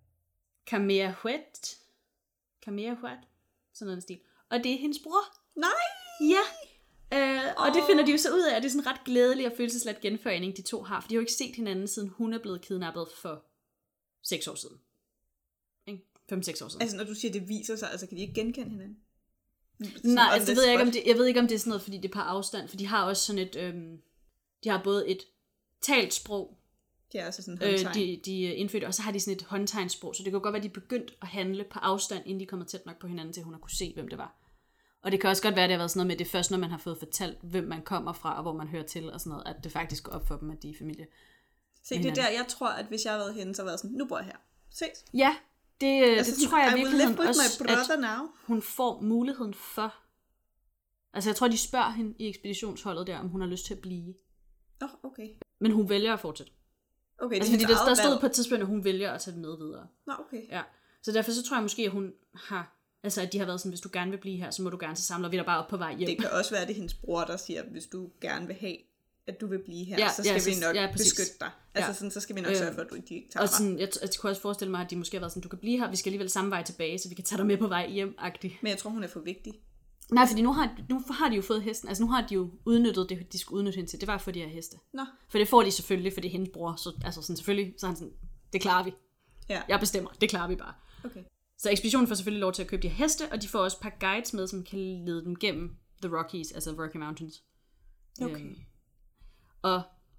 Kamehameha. Kamehameha, sådan noget stil. Og det er hendes bror. Nej! Ja. Øh, og oh. det finder de jo så ud af, at det er sådan en ret glædelig og følelsesladet genforening, de to har. For de har jo ikke set hinanden, siden hun er blevet kidnappet for seks år siden. Ikke? Fem, seks år siden. Altså når du siger, det viser sig, altså kan de ikke genkende hinanden? Nej, altså det ved jeg ikke, om det, jeg ved ikke, om det er sådan noget, fordi det er på afstand, for de har også sådan et, øhm, de har både et talt sprog, det er altså sådan håndtegn. Øh, de, de indfødte, og så har de sådan et håndtegnsprog, så det kan godt være, at de er begyndt at handle på afstand, inden de kommer tæt nok på hinanden, til hun har kunne se, hvem det var. Og det kan også godt være, at det har været sådan noget med, det først, når man har fået fortalt, hvem man kommer fra, og hvor man hører til, og sådan noget, at det faktisk går op for dem, at de er familie. Se, det er der, jeg tror, at hvis jeg havde været henne, så havde jeg været sådan, nu bor jeg her. Ses. Ja. Det, altså, det tror jeg I virkelig også, at now. Hun får muligheden for. Altså jeg tror, de spørger hende i ekspeditionsholdet der, om hun har lyst til at blive. Åh, oh, okay. Men hun vælger at fortsætte. Okay, altså, fordi der, der stod på et tidspunkt, at hun vælger at tage det med videre. Nå, okay. Ja. Så derfor så tror jeg måske, at hun har, altså at de har været sådan, hvis du gerne vil blive her, så må du gerne til samle, og vi er der bare op på vej hjem. Det kan også være, at det er hendes bror, der siger, hvis du gerne vil have, at du vil blive her, ja, så skal ja, vi nok ja, beskytte dig. Altså ja. Sådan, så skal vi nok sørge for, at du ikke tager og sådan, jeg, jeg kunne også forestille mig, at de måske har været sådan, du kan blive her, vi skal alligevel samme vej tilbage, så vi kan tage dig med på vej hjem-agtigt. Men jeg tror, hun er for vigtig. Nej, fordi nu har, nu har de jo fået hesten, altså nu har de jo udnyttet det, de skulle udnytte hende til, det var for de her heste. Nå. For det får de selvfølgelig, for det er hendes bror, så altså sådan, selvfølgelig, så er han sådan, det klarer vi. Ja. Jeg bestemmer, det klarer vi bare. Okay. Så ekspeditionen får selvfølgelig lov til at købe de her heste, og de får også et par guides med, som kan lede dem gennem The Rockies, altså Rocky Mountains. Okay. Øhm, og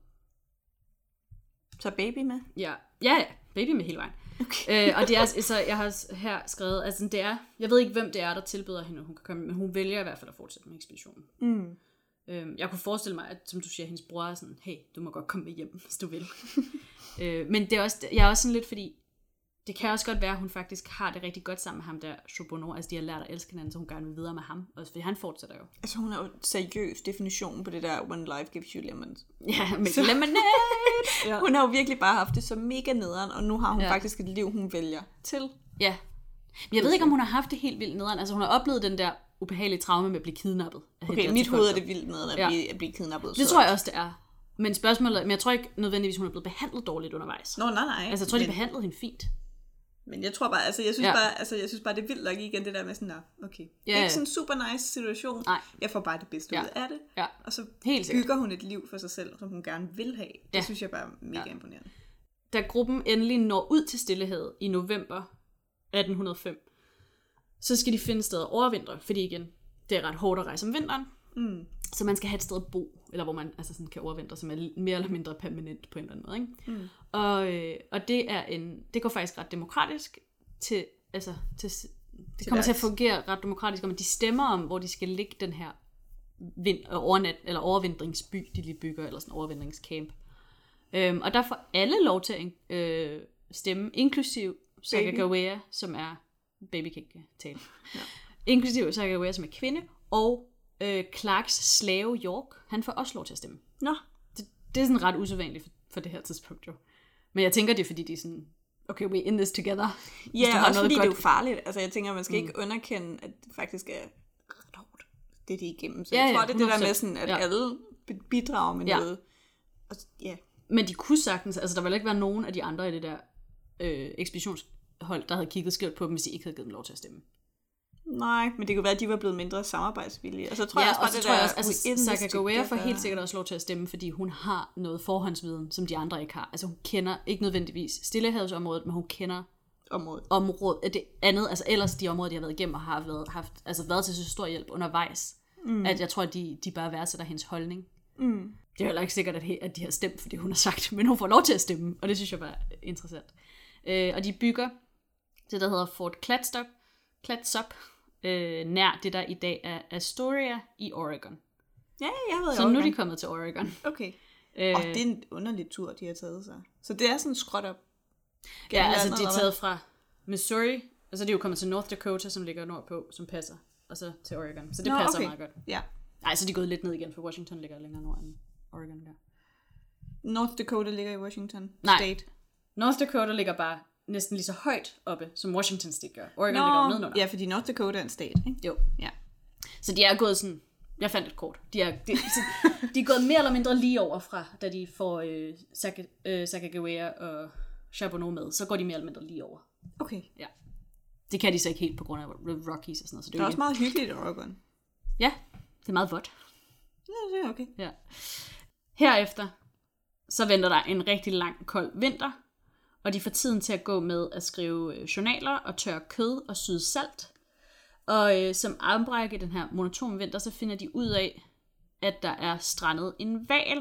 så baby med? Ja, ja, ja. Baby med hele vejen. Okay. øh, og det er, så jeg har her skrevet, altså det er, jeg ved ikke, hvem det er, der tilbyder hende, hun kan komme, men hun vælger i hvert fald at fortsætte med ekspeditionen. Mm. Øhm, jeg kunne forestille mig, at som du siger, hendes bror er sådan, hey, du må godt komme med hjem, hvis du vil. øh, men det er også, jeg er også sådan lidt, fordi det kan også godt være, at hun faktisk har det rigtig godt sammen med ham der, Charbonneau, altså de har lært at elske hinanden, så hun gerne vil videre med ham, også fordi han fortsætter jo. Altså hun er jo seriøs definition på det der, when life gives you lemons. Ja, med så, lemonade! Ja. Hun har jo virkelig bare haft det så mega nederen, og nu har hun ja. faktisk et liv, hun vælger til. Ja. Men jeg ved ikke, om hun har haft det helt vildt nederen, altså hun har oplevet den der ubehagelige traume med at blive kidnappet. Okay, mit hoved er det vildt nederen at, ja. blive, at blive kidnappet. Det så. Tror jeg også, det er. Men spørgsmålet, men jeg tror ikke nødvendigvis, hun er blevet behandlet dårligt undervejs. Nå, nej, nej. Altså jeg tror, men... de behandlede hende fint. Men jeg tror bare, altså jeg synes, ja. bare, altså, jeg synes bare, det er vildt nok igen, det der med sådan, okay, ja, ja. Ikke sådan en super nice situation, nej. Jeg får bare det bedste ja. Ud af det, ja. Og så helt bygger sikkert. Hun et liv for sig selv, som hun gerne vil have. Det ja. Synes jeg bare er mega ja. Imponerende. Da gruppen endelig når ud til Stillehavet i november atten hundrede og fem, så skal de finde et sted at overvintre, fordi igen, det er ret hårdt at rejse om vinteren, mm. så man skal have et sted at bo, eller hvor man altså sådan kan overvintre, som er mere eller mindre permanent på en eller anden måde. Ikke? Mm. Og, øh, og det er en, det går faktisk ret demokratisk til, altså til, det til kommer deres. Til at fungere ret demokratisk, om de stemmer om, hvor de skal ligge den her vind, overnat, eller overvintringsby, de lige bygger, eller sådan en overvintringscamp. Øhm, og der får alle lov til at øh, stemme, inklusiv Sacagawea, som er baby kan ikke tale. Ja. Inklusiv Sacagawea, som er kvinde, og øh, Clarks slave York, han får også lov til at stemme. Nå. Det, det er sådan ret usædvanligt for, for det her tidspunkt jo. Men jeg tænker, det er fordi, de er sådan, okay, we in this together. Ja, yeah, også fordi godt. Det er jo farligt. Altså jeg tænker, man skal mm. ikke underkende, at det faktisk er ret hårdt, det de er igennem. Så ja, jeg tror, ja, det er det der med sådan, at ja. Alle bidrager med ja. Noget. Og, ja. Men de kunne sagtens, altså der ville ikke være nogen af de andre i det der øh, ekspeditionshold, der havde kigget skævt på dem, hvis de ikke havde givet dem lov til at stemme. Nej, men det kunne være, at de var blevet mindre samarbejdsvillige. Og så tror ja, jeg også bare, det der... Altså, Sacagawea får helt sikkert også lov til at stemme, fordi hun har noget forhåndsviden, som de andre ikke har. Altså hun kender ikke nødvendigvis Stillehavsområdet, men hun kender området. området det andet, altså ellers de områder, de har været igennem og har været, haft, altså været til så stor hjælp undervejs, mm. at jeg tror, at de, de bare værdsætter hendes holdning. Mm. Det er heller ikke sikkert, at, at de har stemt, fordi hun har sagt, men hun får lov til at stemme, og det synes jeg bare er interessant. Øh, og de bygger det, der hedder Fort Clatsop, Clatsop øh, nær det, der i dag er Astoria i Oregon. Ja, jeg ved Så Oregon. Nu er de kommet til Oregon. Okay. Øh, og det er en underlig tur, de har taget sig. Så det er sådan skråt op. Ja, altså de er taget fra Missouri, og så er de jo kommet til North Dakota, som ligger nordpå, som passer, og så til Oregon. Så det Nå, passer okay. meget godt. Ja. Nej, så de er gået lidt ned igen, for Washington ligger længere nord end Oregon der. North Dakota ligger i Washington Nej. State. North Dakota ligger bare næsten lige så højt oppe, som Washington State gør. Oregon Nå, ligger nedenunder. Ja, fordi North Dakota er en stat, ikke? Jo. Ja. Så de er gået sådan, jeg fandt et kort, de er, de, så, de er gået mere eller mindre lige over fra, da de får øh, Sacagawea øh, og Charbonneau med, så går de mere eller mindre lige over. Okay. Ja. Det kan de så ikke helt på grund af Rockies og sådan noget. Så det, det er er også meget hyggeligt i Oregon. Ja, det er meget vådt. Ja, det er okay. Ja. Herefter, så venter der en rigtig lang, kold vinter, og de får tiden til at gå med at skrive journaler og tørre kød og syde salt. Og øh, som afbræk i den her monotone vinter, så finder de ud af, at der er strandet en hval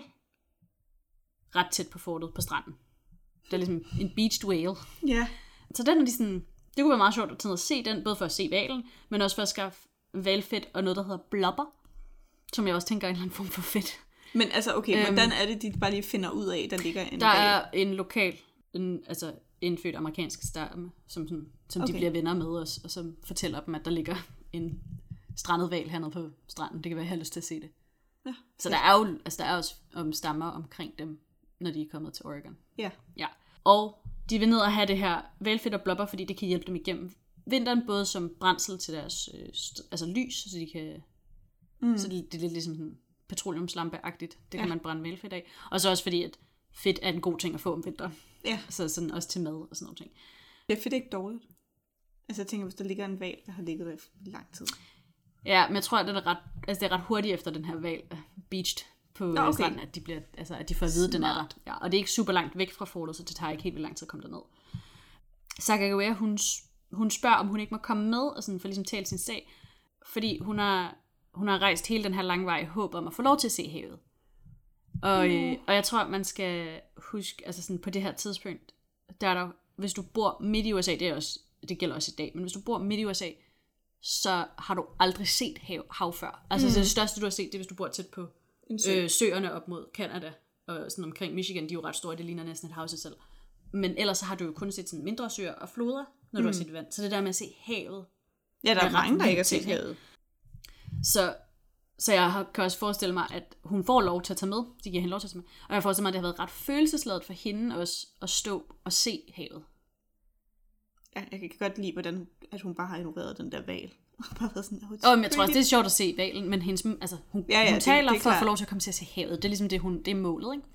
ret tæt på fortet på stranden. Det er ligesom en beached whale. Ja. Yeah. Så den er de sådan, det kunne være meget sjovt at tage at se den, både for at se hvalen, men også for at skaffe hvalfedt og noget, der hedder blubber, som jeg også tænker er en eller anden form for fedt. Men altså, okay, øhm, hvordan er det, de bare lige finder ud af, der ligger en Der hval? Er en lokal, en, altså indfødt amerikansk stamme, som, sådan, som okay. de bliver venner med os, og som fortæller dem, at der ligger en strandet hval hernede på stranden. Det kan være, jeg har lyst til at se det. Ja. Så der er jo altså, der er også um, stammer omkring dem, når de er kommet til Oregon. Ja. Ja. Og de vil ned og have det her hvalfedt og blubber, fordi det kan hjælpe dem igennem vinteren, både som brændsel til deres øh, st- altså lys, så de kan mm. så det, det er lidt ligesom sådan petroleumslampe-agtigt. Det kan ja. Man brænde hvalfedt af. Og så også fordi, at fedt er en god ting at få om vinteren. Ja. Så sådan også til mad og sådan noget ting. Det er fedt ikke dårligt. Altså jeg tænker, hvis der ligger en hval, der har ligget der i lang tid. Ja, men jeg tror, at det er ret, altså det er ret hurtigt efter den her hval er beached på okay. stranden, at de, bliver, altså, at de får at vide, at den er der. Ja, og det er ikke super langt væk fra fortet, så det tager ikke helt vildt lang tid at komme derned. Sacagawea, hun, hun spørger, om hun ikke må komme med, og sådan for ligesom tale sin sag, fordi hun har, hun har rejst hele den her lange vej i håb om at få lov til at se havet. Og, mm. øh, og jeg tror, at man skal huske, altså sådan på det her tidspunkt, der er der, hvis du bor midt i U S A, det, er også, det gælder også i dag, men hvis du bor midt i U S A, så har du aldrig set hav, hav før. Altså mm. det største, du har set, det er, hvis du bor tæt på sø. øh, søerne op mod Canada, og sådan omkring Michigan, de er jo ret store, det ligner næsten et hav sig selv. Men ellers så har du jo kun set sådan mindre søer og floder, når mm. du har set vand. Så det der med at se havet. Ja, der er, er mange, der ikke har set havet. Så, så jeg har, kan også forestille mig, at hun får lov til at tage med. De giver hende lov til at tage med. Og jeg forestiller mig, at det har været ret følelsesladet for hende også at stå og se havet. Ja, jeg kan godt lide, hvordan at hun bare har ignoreret den der hval. Bare været sådan, oh, oh, men jeg tror også, det er sjovt at se hvalen, men hendes, altså, hun, ja, ja, hun taler det, det for at få lov til at komme til at se havet. Det er ligesom det, hun, det er målet, ikke? Jo.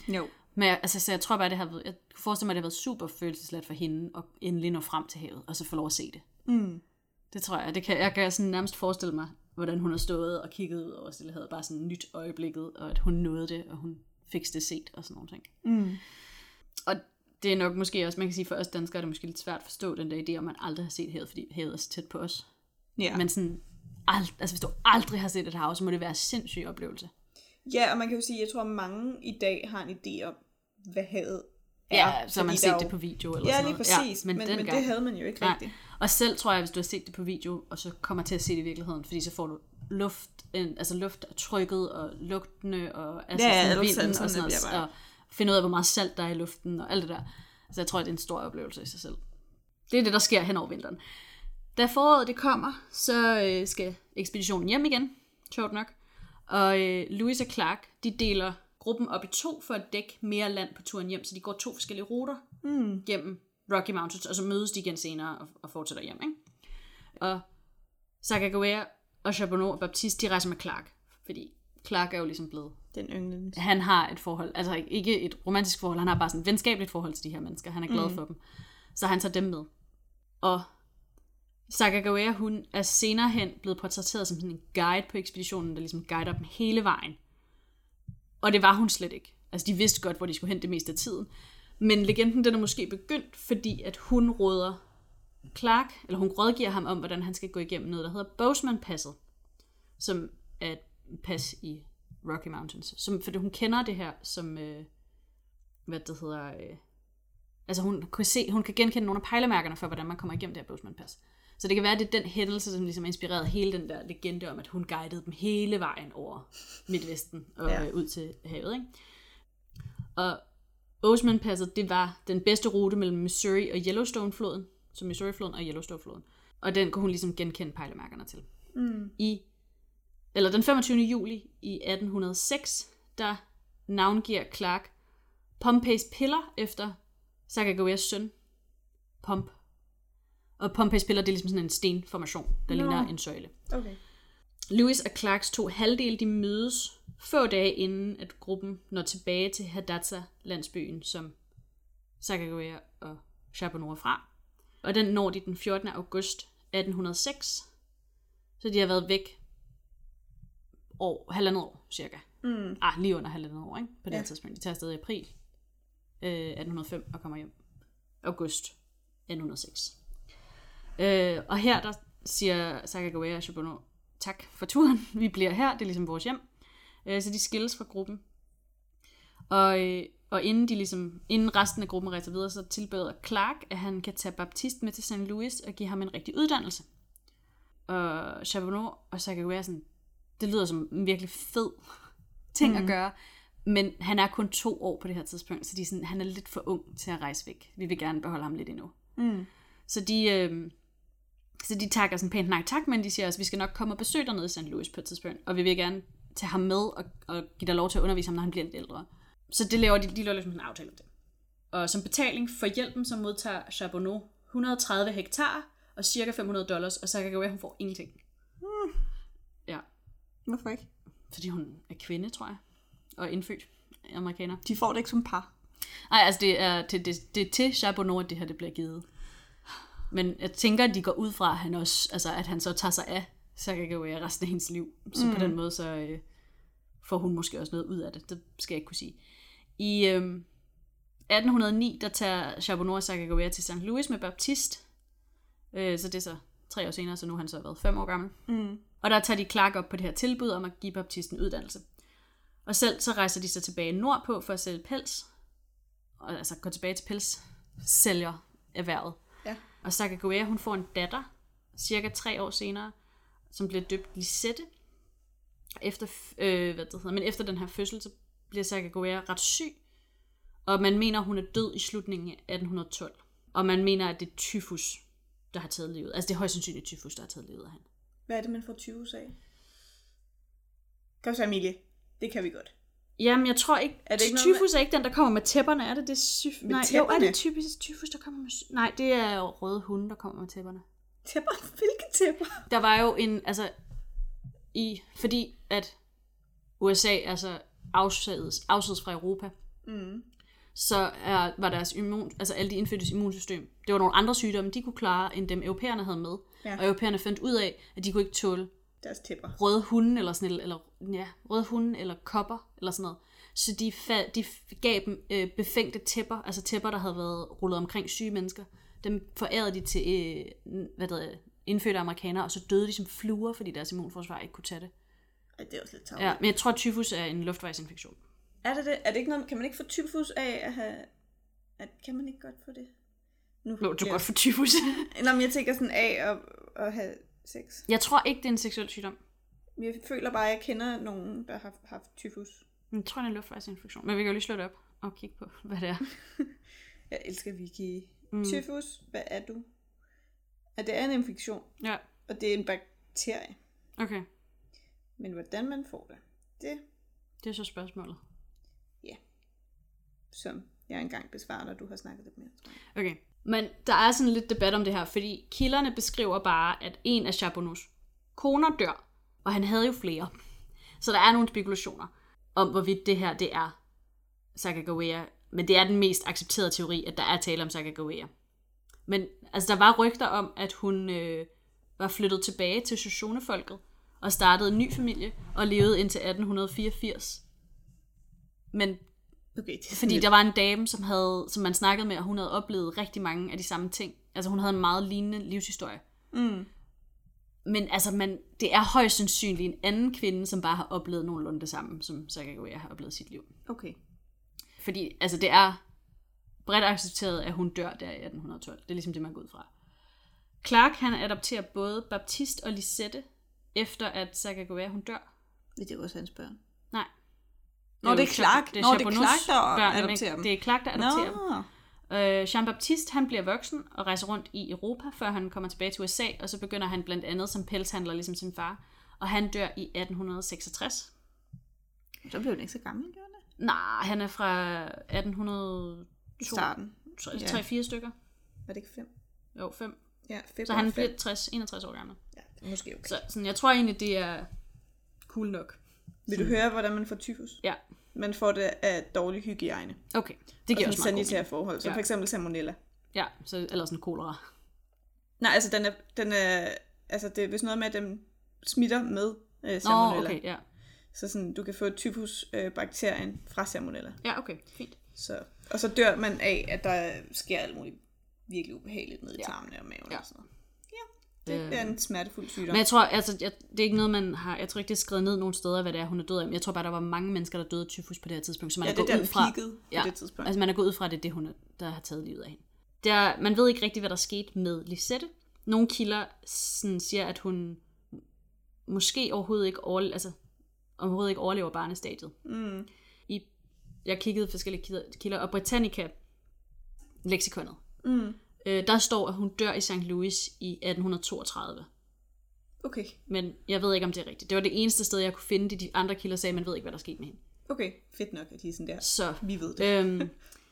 Men jeg, altså, så jeg tror bare, det har været, jeg forestiller mig, det har været super følelsesladt for hende, at endelig nå frem til havet, og så få lov at se det. Mm. Det tror jeg. Det kan, jeg kan sådan nærmest forestille mig, hvordan hun har stået og kigget ud over Stillehavet, bare sådan nyt øjeblikket, og at hun nåede det, og hun fik det set, og sådan nogle ting. Mm. Og det er nok måske også, man kan sige, for os danskere er det måske lidt svært at forstå den der idé, om man aldrig har set havet, fordi havet er så tæt på os. Ja. Men sådan, ald- altså hvis du aldrig har set et hav, så må det være en sindssyg oplevelse. Ja, og man kan jo sige, jeg tror, mange i dag har en idé om, hvad havet er. Ja, så har man set jo... det på video eller ja, sådan noget. Ja, lige præcis, ja, men, men, den men gang... det havde man jo ikke rigtigt. Og selv tror jeg, hvis du har set det på video, og så kommer til at se det i virkeligheden, fordi så får du luft, en, altså luft og trykket og lugtene og altså ja, sådan vinden og sådan noget, og finde ud af, hvor meget salt der er i luften og alt det der. Så jeg tror, det er en stor oplevelse i sig selv. Det er det, der sker hen over vinteren. Da foråret det kommer, så øh, skal ekspeditionen hjem igen, sjovt nok. Og øh, Lewis og Clark, de deler gruppen op i to for at dække mere land på turen hjem, så de går to forskellige ruter mm. gennem Rocky Mountains, og så mødes de igen senere og, og fortsætter hjem, ikke? Og Sacagawea og Charbonneau og Baptiste, de rejser med Clark, fordi Clark er jo ligesom blevet... Den yndlings. Han har et forhold, altså ikke et romantisk forhold, han har bare sådan et venskabeligt forhold til de her mennesker, han er glad mm. for dem. Så han tager dem med. Og Sacagawea, hun er senere hen blevet portrætteret som sådan en guide på ekspeditionen, der ligesom guider dem hele vejen. Og det var hun slet ikke. Altså de vidste godt, hvor de skulle hen det meste af tiden. Men legenden, den er måske begyndt, fordi at hun råder Clark, eller hun rådgiver ham om, hvordan han skal gå igennem noget, der hedder Bozeman-passet, som er et pas i Rocky Mountains. Som, fordi hun kender det her som, øh, hvad det hedder, øh, altså hun kan, se, hun kan genkende nogle af pejlemærkerne for, hvordan man kommer igennem det her Bozeman-pas. Så det kan være, at det er den hændelse, som ligesom inspirerede hele den der legende om, at hun guidede dem hele vejen over Midtvesten og ja. ud til havet, ikke? Og Bozeman-passet, det var den bedste rute mellem Missouri og Yellowstone-floden, så Missouri-floden og Yellowstone-floden. Og den kunne hun ligesom genkende pejlemærkerne til. Mm. I, eller den femogtyvende juli i atten hundrede og seks, der navngiver Clark Pompeys piller efter Sacagaweas søn, Pomp. Og Pompeys piller, det er ligesom sådan en stenformation, der no. ligner en søjle. Okay. Lewis og Clarks to halvdele, de mødes få dage inden, at gruppen når tilbage til Hidatsa-landsbyen, som Sacagawea og Charbonneau er fra. Og den når de den fjortende august atten hundrede og seks. Så de har været væk år, halvandet år, cirka. Mm. Ah, lige under halvandet år, ikke? På det ja. her tidspunkt. De tager afsted i april øh, atten hundrede og fem og kommer hjem august atten hundrede og seks. Øh, og her der siger Sacagawea og Charbonneau, tak for turen, vi bliver her, det er ligesom vores hjem. Øh, så de skilles fra gruppen. Og, øh, og inden, de ligesom, inden resten af gruppen rejser videre, så tilbyder Clark, at han kan tage Baptiste med til Saint Louis og give ham en rigtig uddannelse. Og Charbonneau og Sacagawea sådan, det lyder som en virkelig fed ting mm. at gøre. Men han er kun to år på det her tidspunkt, så de er sådan, han er lidt for ung til at rejse væk. Vi vil gerne beholde ham lidt endnu. Mm. Så de, øh, så de takker sådan pænt nej tak, men de siger også, at vi skal nok komme og besøge dig nede i Saint Louis på et tidspunkt, og vi vil gerne tage ham med og, og give dig lov til at undervise ham, når han bliver lidt ældre. Så det laver de, de laver ligesom en aftale om det. Og som betaling for hjælpen, så modtager Charbonneau et hundrede og tredive hektar og cirka fem hundrede dollars, og Sacagawea, hun får ingenting. Mm. Ja. Hvorfor ikke? Fordi hun er kvinde, tror jeg, og indfødt amerikaner. De får det ikke som par. Nej, altså det er til, det, det er til Charbonneau, at det her det bliver givet. Men jeg tænker, at de går ud fra, at han, også, altså, at han så tager sig af Sacagawea resten af hendes liv. Så mm. på den måde, så øh, får hun måske også noget ud af det. Det skal jeg ikke kunne sige. I øh, atten hundrede og ni, der tager Charbonneau og Sacagawea til Saint Louis med Baptiste. Øh, så det er så tre år senere, så nu har han så været fem år gammel. Mm. Og der tager de Clark op på det her tilbud om at give Baptiste en uddannelse. Og selv så rejser de så tilbage nordpå for at sælge pels. Og altså gå tilbage til pels sælger erhvervet. Ja. Og Sacagawea, hun får en datter, cirka tre år senere, som bliver døbt Lisette. Efter, øh, hvad det hedder, men efter den her fødsel, så bliver Sacagawea ret syg. Og man mener, hun er død i slutningen af atten hundrede og tolv. Og man mener, at det er tyfus, der har taget livet. Altså det er højst sandsynligt tyfus, der har taget livet af hende. Hvad er det, man får tyfus af? Kom så, Emilie. Det kan vi godt. Jamen, jeg tror ikke, er det ikke tyfus er ikke den, der kommer med tæpperne. Er det det syf... Nej, jo, er det typisk tyfus, der kommer med... Nej, det er jo røde hunde, der kommer med tæpperne. Tæpper? Hvilke tæpper? Der var jo en, altså... I, fordi at U S A altså afsædes, afsædes fra Europa, mm. så er, var deres immun, altså alle de indfødtes immunsystem, det var nogle andre sygdomme, de kunne klare, end dem europæerne havde med. Ja. Og europæerne fandt ud af, at de kunne ikke tåle deres tæpper. Røde hunde, eller sådan eller ja, røde hunde, eller kopper, eller sådan noget. Så de, fa- de gav dem øh, befængte tæpper, altså tæpper, der havde været rullet omkring syge mennesker. Dem forærede de til øh, hvad det, indfødte amerikanere, og så døde de som fluer, fordi deres immunforsvar ikke kunne tage det. Ej, det er også lidt tavligt. Ja, men jeg tror, at tyfus er en luftvejsinfektion. Er det det? Er det ikke noget, kan man ikke få tyfus af at have... At, kan man ikke godt få det? Nu, Nå, du kan godt få tyfus. Nå, men jeg tænker sådan af at, at have sex. Jeg tror ikke, det er en seksuel sygdom. Jeg føler bare, at jeg kender nogen, der har haft tyfus. Jeg tror, det er en luftvejsinfektion. Men vi kan jo lige slå det op og kigge på, hvad det er. Jeg elsker Wiki. Mm. Tyfus, hvad er du? At det er en infektion. Ja. Og det er en bakterie. Okay. Men hvordan man får det, det... Det er så spørgsmålet. Ja. Som jeg engang besvarer, når du har snakket lidt mere. Okay. Men der er sådan lidt debat om det her, fordi kilderne beskriver bare, at en af Charbonneaus koner dør, og han havde jo flere. Så der er nogle spekulationer om, hvorvidt det her, det er Sacagawea. Men det er den mest accepterede teori, at der er tale om Sacagawea. Men altså, der var rygter om, at hun øh, var flyttet tilbage til Shoshone-folket, og startede en ny familie, og levede indtil atten fireogfirs. Men okay, fordi der var en dame, som, havde, som man snakkede med, og hun havde oplevet rigtig mange af de samme ting. Altså hun havde en meget lignende livshistorie. Mm. Men altså, man, det er højst sandsynligt en anden kvinde, som bare har oplevet nogenlunde det samme, som Sacagawea har oplevet sit liv. Okay. Fordi altså, det er bredt accepteret, at hun dør der i atten tolv. Det er ligesom det, man går ud fra. Clark, han adopterer både Baptiste og Lisette, efter at Sacagawea, hun dør. Det er også hans børn. Nej. Nå, det er Clark. Det er Nå, det er Clark, der børn, adopterer dem. Det er Clark, der adopterer dem. Uh, Jean-Baptiste, han bliver voksen og rejser rundt i Europa, før han kommer tilbage til U S A, og så begynder han blandt andet som pelshandler, ligesom sin far. Og han dør i atten seksogtres. Så blev han ikke så gammel, gjorde det? Nej, han er fra atten hundrede to. Starten. tre fire stykker. Var det ikke fem? Jo, fem. Ja, fem. Så han bliver tres, enogtres år gammel. Ja, måske okay. Så sådan, jeg tror egentlig, det er cool nok. Vil du høre, hvordan man får tyfus? Ja. Man får det af dårlig hygiejne. Okay, det giver og også meget sanitære forhold, som ja. For eksempel salmonella. Ja, så, eller sådan kolera. Nej, altså den er, den er altså det er vist noget med, at den smitter med øh, salmonella. Nå, okay, ja. Så sådan, du kan få tyfus-bakterien øh, fra salmonella. Ja, okay, fint. Så, og så dør man af, at der sker alt muligt virkelig ubehageligt ned i ja. tarmene og maven ja. og sådan noget. Det er en smertefuld sygdom. Men jeg tror, altså, jeg, det er ikke noget, man har... Jeg tror ikke, det er skrevet ned nogen steder, hvad det er, hun er død af. Men jeg tror bare, der var mange mennesker, der døde af tyfus på det her tidspunkt. Så man ja, er det er gået ud fra, på ja, det tidspunkt. Altså, man er gået ud fra, at det er det, hun er, der har taget livet af hende. Der, man ved ikke rigtig, hvad der skete med Lisette. Nogle kilder sådan, siger, at hun måske overhovedet ikke, overle- altså, overhovedet ikke overlever barnestadiet. Mm. I, jeg kiggede forskellige kilder, kilder og Britannica leksikonet. Mm. Øh, der står, at hun dør i Saint Louis i atten toogtredive. Okay. Men jeg ved ikke, om det er rigtigt. Det var det eneste sted, jeg kunne finde det. De andre kilder sagde, man ved ikke, hvad der skete med hende. Okay, fedt nok, at de er sådan der. Så, vi ved det. Øhm,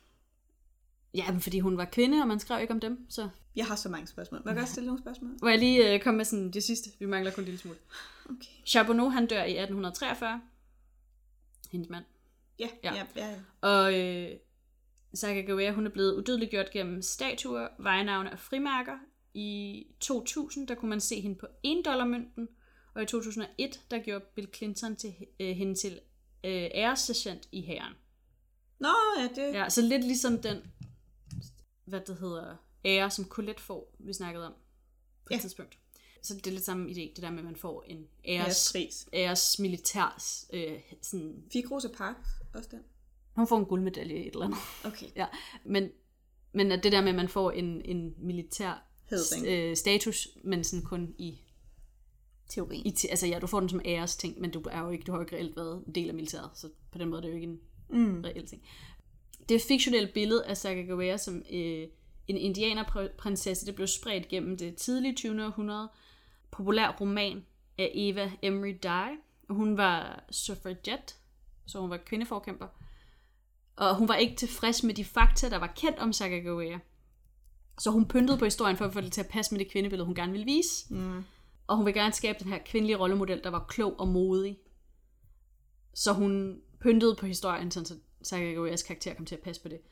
ja, men fordi hun var kvinde, og man skrev ikke om dem. Så. Jeg har så mange spørgsmål. Må jeg godt stille nogle spørgsmål? Hvor jeg lige øh, kom med sådan det sidste. Vi mangler kun en lille smule. Okay. Charbonneau, han dør i atten treogfyrre. Hendes mand. Ja, ja, ja. ja, ja. Og øh, Sacagawea, hun er blevet udødeliggjort gennem statuer, vejnavne og frimærker. I to tusind, der kunne man se hende på en dollar mønten, og i to tusind og et, der gjorde Bill Clinton til, øh, hende til øh, æressergent i hæren. Nå, ja, det... Ja, så lidt ligesom den, hvad det hedder, ære, som Colette får, vi snakkede om på ja. et tidspunkt. Så det er lidt samme idé, det der med, at man får en æres, æres militærs, øh, sådan... Fik Rosa Parks også den? Hun får en guldmedalje i et eller andet. Okay. Ja, men, men at det der med, at man får en, en militær øh, status, men sådan kun i teorien. I te- altså ja, du får den som æres ting, men du er jo ikke, du har jo ikke reelt været en del af militæret, så på den måde er det jo ikke en mm. reel ting. Det er fiktionelle billede af Sacagawea som øh, en indianerprinsesse, det blev spredt gennem det tidlige tyvende århundrede. Populær roman af Eva Emery Dye. Hun var suffragette, så hun var kvindeforkæmper. Og hun var ikke tilfreds med de fakta, der var kendt om Sacagawea. Så hun pyntede på historien for at få det til at passe med det kvindebillede, hun gerne ville vise. Mm. Og hun vil gerne skabe den her kvindelige rollemodel, der var klog og modig. Så hun pyntede på historien, så Sacagaweas karakter kom til at passe på det.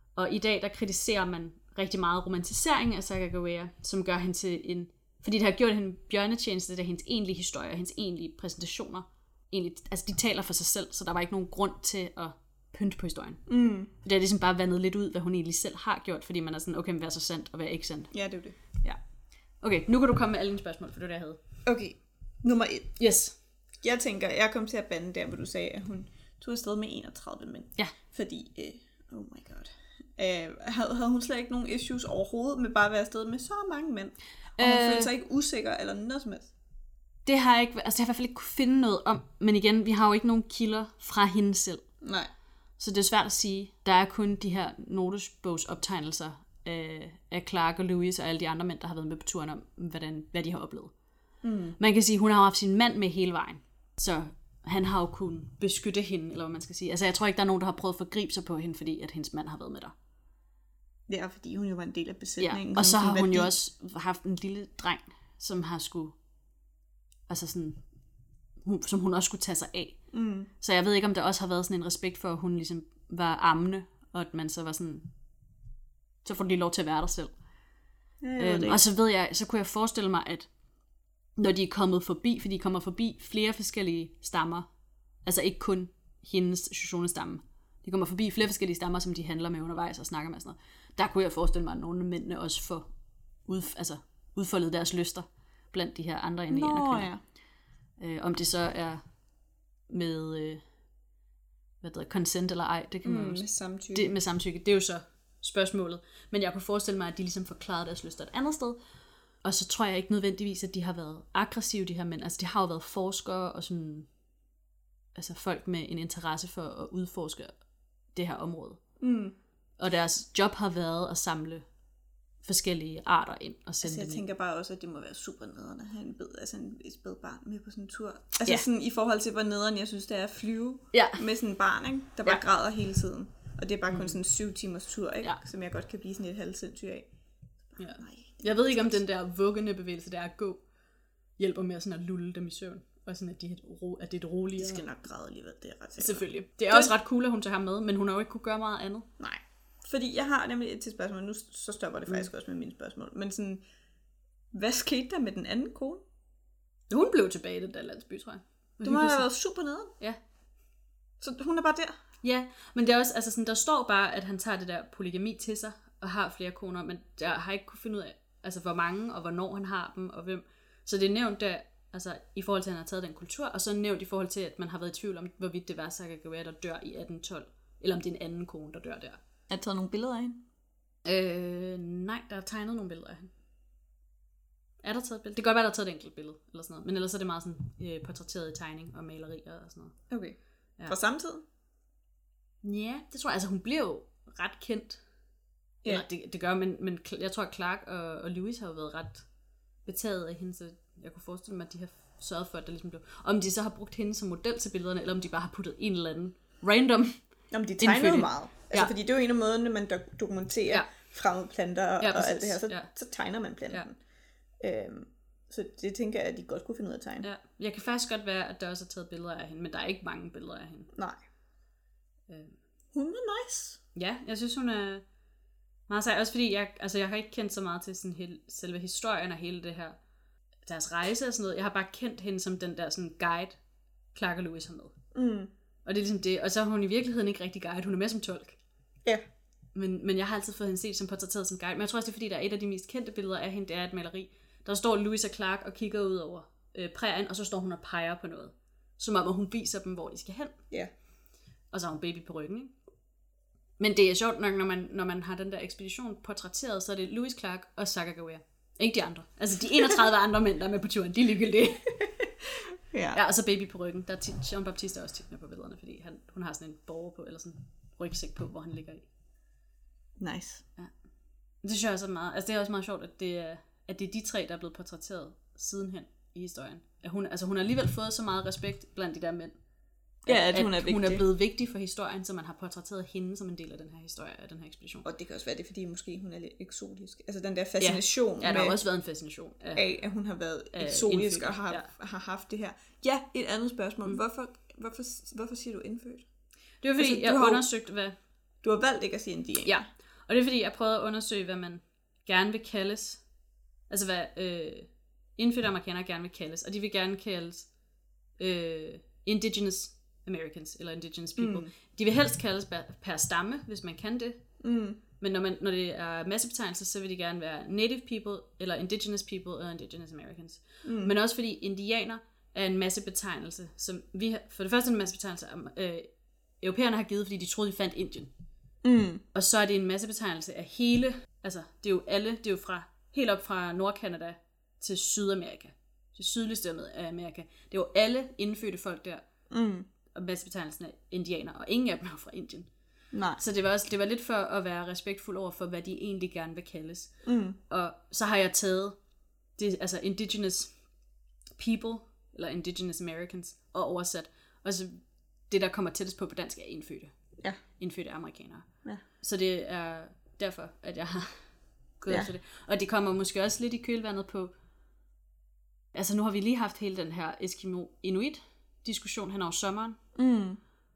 Og i dag, der kritiserer man rigtig meget romantisering af Sacagawea, som gør hende til en... Fordi det har gjort hende bjørnetjeneste, det er hendes egentlige historie, hendes egentlige præsentationer. Egentlig, altså, de taler for sig selv, så der var ikke nogen grund til at pynte på historien. Mm. Det er ligesom bare vandet lidt ud, hvad hun egentlig selv har gjort, fordi man er sådan, okay, men hvad er så sandt, og hvad er ikke sandt? Ja, det er jo det. Ja. Okay, nu kan du komme med alle dine spørgsmål, for det var det, jeg havde. Okay, nummer et. Yes. Jeg tænker, jeg kom til at bande der, hvor du sagde, at hun tog afsted med enogtredive mænd. Ja. Fordi, øh, oh my god, øh, havde, havde hun slet ikke nogen issues overhovedet med bare at være afsted med så mange mænd? Og hun øh, følte sig ikke usikker eller noget som helst? Det har jeg ikke, altså jeg har i hvert fald ikke kunne finde noget om, men igen, vi har jo ikke nogen kilder fra hende selv. Nej. Så det er svært at sige. Der er kun de her notesbogsoptegnelser af, af Clark og Louis og alle de andre mænd, der har været med på turen om, hvordan, hvad de har oplevet. Mm. Man kan sige, at hun har haft sin mand med hele vejen. Så han har jo kunnet beskytte hende, eller hvad man skal sige. Altså jeg tror ikke, der er nogen, der har prøvet at forgribe sig på hende, fordi at hendes mand har været med der. Det er, fordi hun jo var en del af besætningen. Ja, og så har hun værdi. jo også haft en lille dreng, som har skulle, altså sådan, hun, som hun også skulle tage sig af. Mm. Så jeg ved ikke, om der også har været sådan en respekt for, at hun ligesom var ammende, og at man så var sådan, så får de lov til at være der selv. Ja, øhm, og så ved jeg, så kunne jeg forestille mig, at når de er kommet forbi, for de kommer forbi flere forskellige stammer, altså ikke kun hendes Shoshone-stamme, de kommer forbi flere forskellige stammer, som de handler med undervejs og snakker med sådan noget. Der kunne jeg forestille mig, at nogle af mændene også får ud, altså, udfoldet deres lyster blandt de her andre indianerkvinder. Ja. Øh, om det så er med øh, hvad det hedder, consent eller ej, det kan man mm, jo med samtykke. Det, med samtykke, det er jo så spørgsmålet. Men jeg kunne forestille mig, at de ligesom forklarede deres lyster et andet sted. Og så tror jeg ikke nødvendigvis, at de har været aggressive, de her mænd. Altså de har jo været forskere og sådan, altså folk med en interesse for at udforske det her område. Mm. Og deres job har været at samle forskellige arter ind og sende altså, jeg dem tænker bare også, at det må være super nederen at have en bed, altså en, et spædbarn med på sådan en tur. Altså ja. Sådan i forhold til, hvor nederen jeg synes, det er at flyve ja. Med sådan en barn, ikke? Der bare ja. Græder hele tiden. Og det er bare kun sådan en syv timers tur, ikke? Ja. Som jeg godt kan blive sådan et halvt sindssyg af. Ja. Jeg ved ikke, om den der vuggende bevægelse, der er at gå, hjælper med sådan at lulle dem i søvn. Og sådan, at, de er ro, at det er et roligere. De skal nok græde alligevel, det er ret sikkert. Selvfølgelig. Det er også ret cool, at hun tager ham med, men hun har jo ikke kunne gøre meget andet. Nej. Fordi jeg har nemlig et til spørgsmål, nu så stopper det faktisk mm. også med mine spørgsmål. Men sådan, hvad skete der med den anden kone? Hun blev tilbage i den der landsby, tror jeg. Du må have været super nederen. Ja. Så hun er bare der? Ja, men det er også, altså sådan, der står bare, at han tager det der polygami til sig, og har flere koner, men jeg har ikke kunne finde ud af, altså hvor mange, og hvornår han har dem, og hvem. Så det er nævnt der, altså i forhold til, at han har taget den kultur, og så nævnt i forhold til, at man har været i tvivl om, hvorvidt det var Sacagawea, der dør i atten tolv, eller om det er en anden kone, der dør der. Er der taget nogle billeder af hende? Øh, nej, der er tegnet nogle billeder af hende. Er der taget et billede? Det kan godt være, der er taget et enkelt billede, eller sådan noget. Men ellers er det meget sådan øh, portrætteret i tegning og malerier og sådan noget. Okay. Ja. Fra samtiden? Ja, det tror jeg. Altså, hun blev jo ret kendt. Ja. Eller, det, det gør, men, men jeg tror, at Clark og, og Louis har jo været ret betaget af hende, så jeg kunne forestille mig, at de har sørget for, at der ligesom blev... Om de så har brugt hende som model til billederne, eller om de bare har puttet en eller anden random... Jamen, de tegner jo meget. Altså, ja. Fordi det er jo en af måderne, man do- dokumenterer ja. Fremmede planter og, ja, og alt det her. Så, ja. så tegner man planten. Ja. Øhm, så det tænker jeg, at de godt kunne finde ud af at tegne. Ja. Jeg kan faktisk godt være, at der også er taget billeder af hende, men der er ikke mange billeder af hende. Nej. Øhm. Hun er nice. Ja, jeg synes, hun er meget sej. Også fordi, jeg, altså, jeg har ikke kendt så meget til sådan hele, selve historien og hele det her, deres rejse og sådan noget. Jeg har bare kendt hende som den der sådan guide, Clark og Louis har med. Mm. Og det er ligesom det. Og så er hun i virkeligheden ikke rigtig guide. Hun er mere som tolk. Ja. Men, men jeg har altid fået hende set som portrætteret som guide. Men jeg tror også, det er fordi, der er et af de mest kendte billeder af hende, det er et maleri. Der står Louis og Clark og kigger ud over øh, prærien, og så står hun og peger på noget. Som om, at hun viser dem, hvor de skal hen. Ja. Og så har hun baby på ryggen, ikke? Men det er sjovt nok, når man, når man har den der ekspedition portrætteret, så er det Louis, Clark og Sacagawea. Ikke de andre. Altså de enogtredive andre mænd, der er med på turen, de er ligegyldige. Ja. Ja, og så baby på ryggen. Der er tit, Jean Baptiste er også tit med på billederne, fordi han, hun har sådan en borger på, eller sådan en rygsæk på, hvor han ligger i. Nice. Ja. Det synes jeg også er meget, altså det er også meget sjovt, at det er, at det er de tre, der er blevet portrætteret sidenhen i historien. At hun, altså hun har alligevel fået så meget respekt blandt de der mænd. Ja, at, at hun er at vigtig. Hun er blevet vigtig for historien, så man har portrætteret hende som en del af den her historie, af den her ekspedition. Og det kan også være det, fordi måske hun er lidt eksotisk. Altså den der fascination. Ja, ja der har også været en fascination af, af at hun har været eksotisk indfødt, og har, ja. har haft det her. Ja, et andet spørgsmål. Mm. Hvorfor, hvorfor, hvorfor siger du indfødt? Det er fordi, altså, jeg har undersøgt, hvad... Du har valgt ikke at sige indianer. Ja, Og det er fordi, jeg prøvede at undersøge, hvad man gerne vil kaldes. Altså hvad øh, indfødte amerikanere gerne vil kaldes. Og de vil gerne kaldes øh, indigenous Americans, eller indigenous people. Mm. De vil helst kaldes per, per stamme, hvis man kan det. Mm. Men når, man, når det er massebetegnelser, så vil de gerne være native people, eller indigenous people, eller indigenous Americans. Mm. Men også fordi indianer er en massebetegnelse, som vi har, for det første en massebetegnelse, øh, europæerne har givet, fordi de troede, de fandt Indien. Mm. Og så er det en massebetegnelse af hele, altså det er jo alle, det er jo fra, helt op fra Nordkanada til Sydamerika. Det sydligste af Amerika. Det er jo alle indfødte folk der, mm. og massebetegnelsen af indianer, og ingen af dem er fra Indien. Nej. Så det var, også, det var lidt for at være respektfuld over for, hvad de egentlig gerne vil kaldes. Mm. Og så har jeg taget det, altså indigenous people, eller indigenous Americans, og oversat. Og så det, der kommer tættest på på dansk, er indfødte. Ja. Indfødte amerikanere. Ja. Så det er derfor, at jeg har gået ja. efter det. Og det kommer måske også lidt i kølvandet på, altså nu har vi lige haft hele den her Eskimo-Inuit-diskussion hen over sommeren. Mm.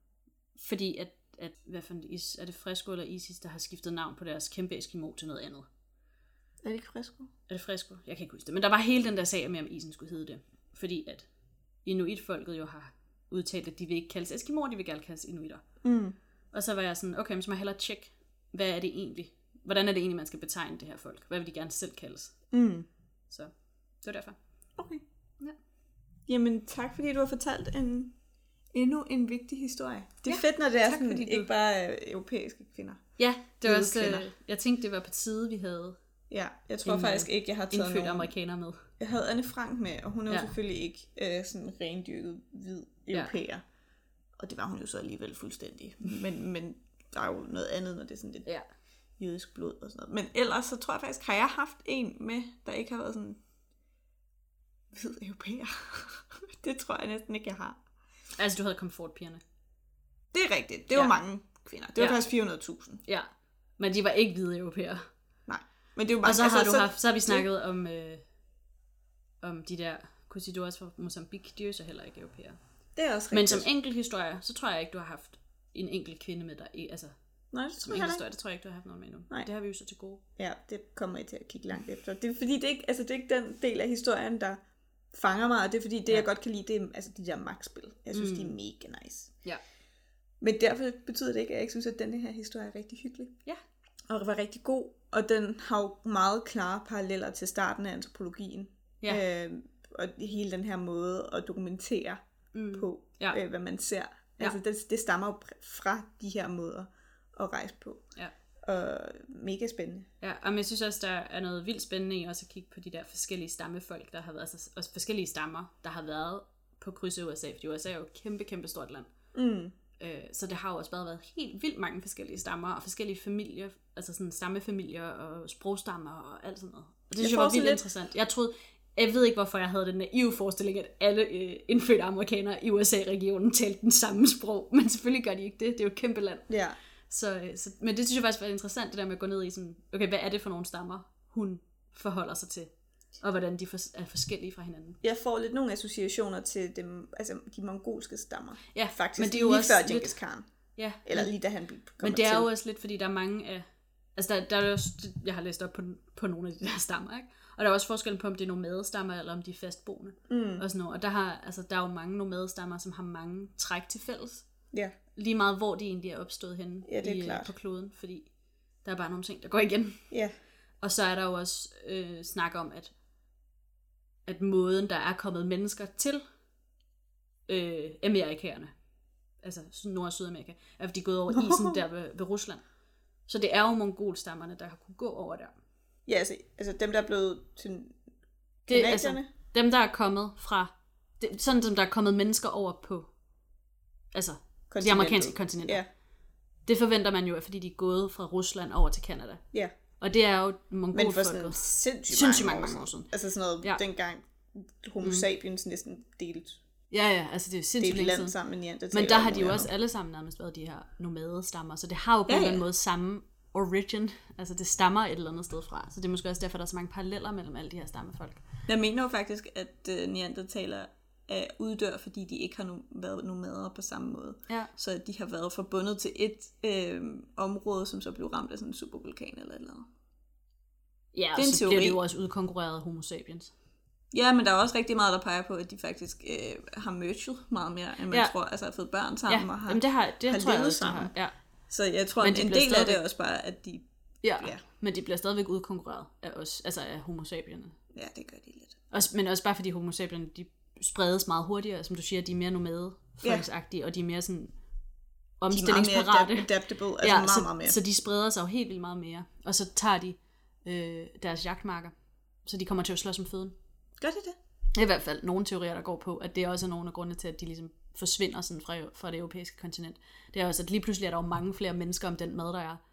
Fordi at at hvad for en is, er det Fresco eller Isis, der har skiftet navn på deres kæmpe Eskimo til noget andet. Er det ikke Fresco? Er det Fresco? Jeg kan ikke huske det. Men der var hele den der sag med, om isen skulle hedde det. Fordi at Inuit-folket jo har udtalt, at de vil ikke kaldes Eskimoer, de vil gerne kaldes Inuiter. Mm. Og så var jeg sådan, okay, men så må jeg hellere tjekke, hvad er det egentlig? Hvordan er det egentlig, man skal betegne det her folk? Hvad vil de gerne selv kaldes? Mm. Så det var derfor. Okay. Ja. Jamen tak, fordi du har fortalt en endnu en vigtig historie. Det er ja, fedt, når det er tak, sådan, ikke du... bare øh, europæiske kvinder. Ja, det var også, øh, jeg tænkte, det var på tide, vi havde ja, jeg tror en, faktisk ikke, jeg har taget indfødt amerikaner med. Jeg havde Anne Frank med, og hun er ja. jo selvfølgelig ikke øh, sådan rendyrket hvid europæer. Ja. Og det var hun jo så alligevel fuldstændig. Men, men der er jo noget andet, når det er sådan lidt ja. jødisk blod og sådan noget. Men ellers så tror jeg faktisk, har jeg haft en med, der ikke har været sådan hvid europæer. Det tror jeg næsten ikke, jeg har. Altså, du havde komfortpigerne. Det er rigtigt. Det var ja. mange kvinder. Det var ja. faktisk fire hundrede tusind. Ja, men de var ikke hvide europæere. Nej. Men det var bare, og så har, altså, du haft, så har vi snakket det. om, øh, om de der Cusidores fra Mozambique. De er jo så heller ikke europæere. Det er også rigtigt. Men som enkelt historie, så tror jeg ikke, du har haft en enkelt kvinde med dig. Altså, nej, det tror jeg historie, det tror jeg ikke, du har haft nogen med endnu. Nej. Det har vi jo så til gode. Ja, det kommer I til at kigge langt efter. Det er fordi, det er ikke, altså, det er ikke den del af historien, der fanger mig, og det er fordi, det ja. jeg godt kan lide, det er altså de der magtspil. Jeg synes, mm. de er mega nice. Ja. Men derfor betyder det ikke, at jeg ikke synes, at denne her historie er rigtig hyggelig. Ja. Og var rigtig god, og den har jo meget klare paralleller til starten af antropologien. Ja. Øh, og hele den her måde at dokumentere mm. på, ja. øh, hvad man ser. Ja. Altså det, det stammer jo fra de her måder at rejse på. Ja. Og mega spændende. Ja, og jeg synes også, der er noget vildt spændende i også at kigge på de der forskellige stammefolk, der har været, altså også forskellige stammer, der har været på kryds af U S A, fordi U S A er jo et kæmpe, kæmpe stort land. Mm. Øh, så det har jo også bare været helt vildt mange forskellige stammer, og forskellige familier, altså sådan stammefamilier og sprogstammer og alt sådan noget. Og det synes jeg, jeg var vildt lidt interessant. Jeg troede, jeg ved ikke, hvorfor jeg havde den naive forestilling, at alle øh, indfødte amerikanere i U S A-regionen talte den samme sprog, men selvfølgelig gør de ikke det. Det er jo et kæmpe land. Ja. Så, så, men det synes jeg faktisk var interessant, det der med at gå ned i sådan, okay, hvad er det for nogle stammer, hun forholder sig til, og hvordan de er forskellige fra hinanden. Jeg får lidt nogle associationer til dem, altså de mongolske stammer. Ja, faktisk. Men det er jo lige også før Genghis Khan. Ja. Eller lige da han kom til. Men det er jo også lidt, fordi der er mange af, altså der, der er også, jeg har læst op på, på nogle af de der stammer, ikke? Og der er også forskel på, om det er nomadestammer, eller om de er fastboende. Mm. Og sådan noget. Og der, har, altså, der er jo mange nomadestammer, som har mange træk til fælles. Ja. Lige meget, hvor de egentlig er opstået henne ja, det er i, på kloden, fordi der er bare nogle ting, der går igen. Ja. Og så er der jo også øh, snak om, at, at måden, der er kommet mennesker til øh, amerikanerne, altså Nord- og Sydamerika, er fordi de er gået over isen der ved, ved Rusland. Så det er jo mongolstammerne, der har kunne gå over der. Ja, altså, altså dem, der er blevet til det, altså, dem, der er kommet fra, det, sådan som der er kommet mennesker over på, altså de amerikanske kontinenter. Ja. Det forventer man jo, fordi de er gået fra Rusland over til Canada. Ja. Og det er jo mongolfolket. Men for sådan sindssygt, sindssygt mange, mange år siden. Altså sådan noget, ja. dengang Homo sapiens mm. næsten delt. Ja, ja, altså det er sindssygt længe siden. Sammen med men der har de jo også alle sammen nærmest været de her nomadestammer, så det har jo på ja, en eller anden måde samme origin, altså det stammer et eller andet sted fra, så det er måske også derfor, der er så mange paralleller mellem alle de her stammefolk. Jeg mener jo faktisk, at uh, neandertaler er uddør, fordi de ikke har no- været nomader på samme måde. Ja. Så de har været forbundet til et øh, område, som så blev ramt af sådan en supervulkan eller et eller andet. Ja, og så bliver det jo også udkonkurreret af Homo sapiens. Ja, men der er også rigtig meget, der peger på, at de faktisk øh, har merged meget mere, end man ja. tror. Altså har fået børn sammen ja. og har, Jamen, det har, det har tror jeg levet også, sammen. Har. Ja. Så jeg tror, men en de del stadigvæk... af det er også bare, at de... Ja, ja, men de bliver stadigvæk udkonkurreret af os, altså af Homo sapiens. Ja, det gør de lidt. Også, men også bare fordi Homo sapiens, de spredes meget hurtigere, som du siger, de er mere nomade-folksagtige, ja. Og de er mere sådan omstillingsparate. De er mere adaptable, altså ja, meget, så, meget mere. Så de spreder sig jo helt vildt meget mere. Og så tager de øh, deres jagtmarker, så de kommer til at slås om føden. Gør de det? Det er i hvert fald nogle teorier, der går på, at det også er nogle af grundene til, at de ligesom forsvinder sådan fra, fra det europæiske kontinent. Det er også, at lige pludselig er der jo mange flere mennesker om den mad, der er.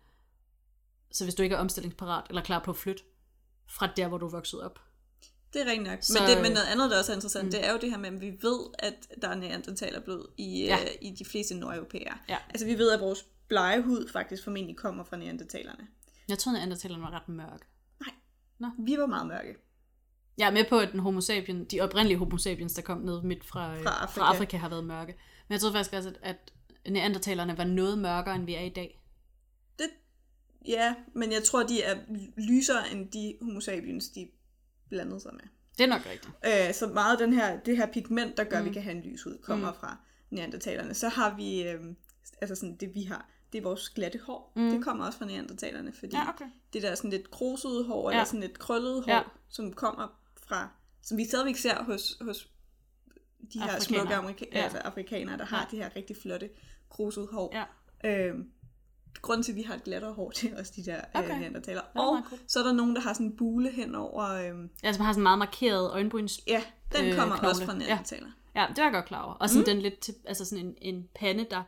Så hvis du ikke er omstillingsparat eller klar på at flytte fra der, hvor du er vokset op. Det er rigtig nok. Så, men, det, men noget andet, der også er interessant, mm. det er jo det her med, at vi ved, at der er neandertalerblod i, ja. øh, i de fleste nordeuropæere. Ja. Altså vi ved, at vores blegehud faktisk formentlig kommer fra neandertalerne. Jeg tror, at neandertalerne var ret mørke. Nej, Nå. Vi var meget mørke. Jeg er med på, at den homo sapiens, de oprindelige homo sapiens, der kom ned midt fra, fra, Afrika. fra Afrika, har været mørke. Men jeg tror faktisk også, at, at neandertalerne var noget mørkere, end vi er i dag. Det, ja, men jeg tror, de er lysere, end de homo sapiens, de blandede sig med. Det er nok rigtigt. Øh, så meget den her, det her pigment, der gør, mm. at vi kan have en lys hud, kommer mm. fra neandertalerne. Så har vi, øh, altså sådan det vi har, det er vores glatte hår. Mm. Det kommer også fra neandertalerne, fordi ja, okay. det der sådan lidt krusede hår, ja. eller sådan lidt krøllet hår, ja. som kommer fra, som vi stadigvæk ser hos, hos de her smukke amerika- ja. altså afrikanere, der har ja. det her rigtig flotte krusede hår. Ja. Øh, grunden til, at vi har et glattere hår, det er også de der okay. øh, neandertalere. Og cool. Så er der nogen, der har sådan en bule hen over... Øh, ja, som har sådan meget markeret øjenbryns. Ja, den kommer øh, også fra neandertalere. Ja. ja, det er jeg godt klar over. Og sådan mm. den lidt, til, altså sådan en, en pande, der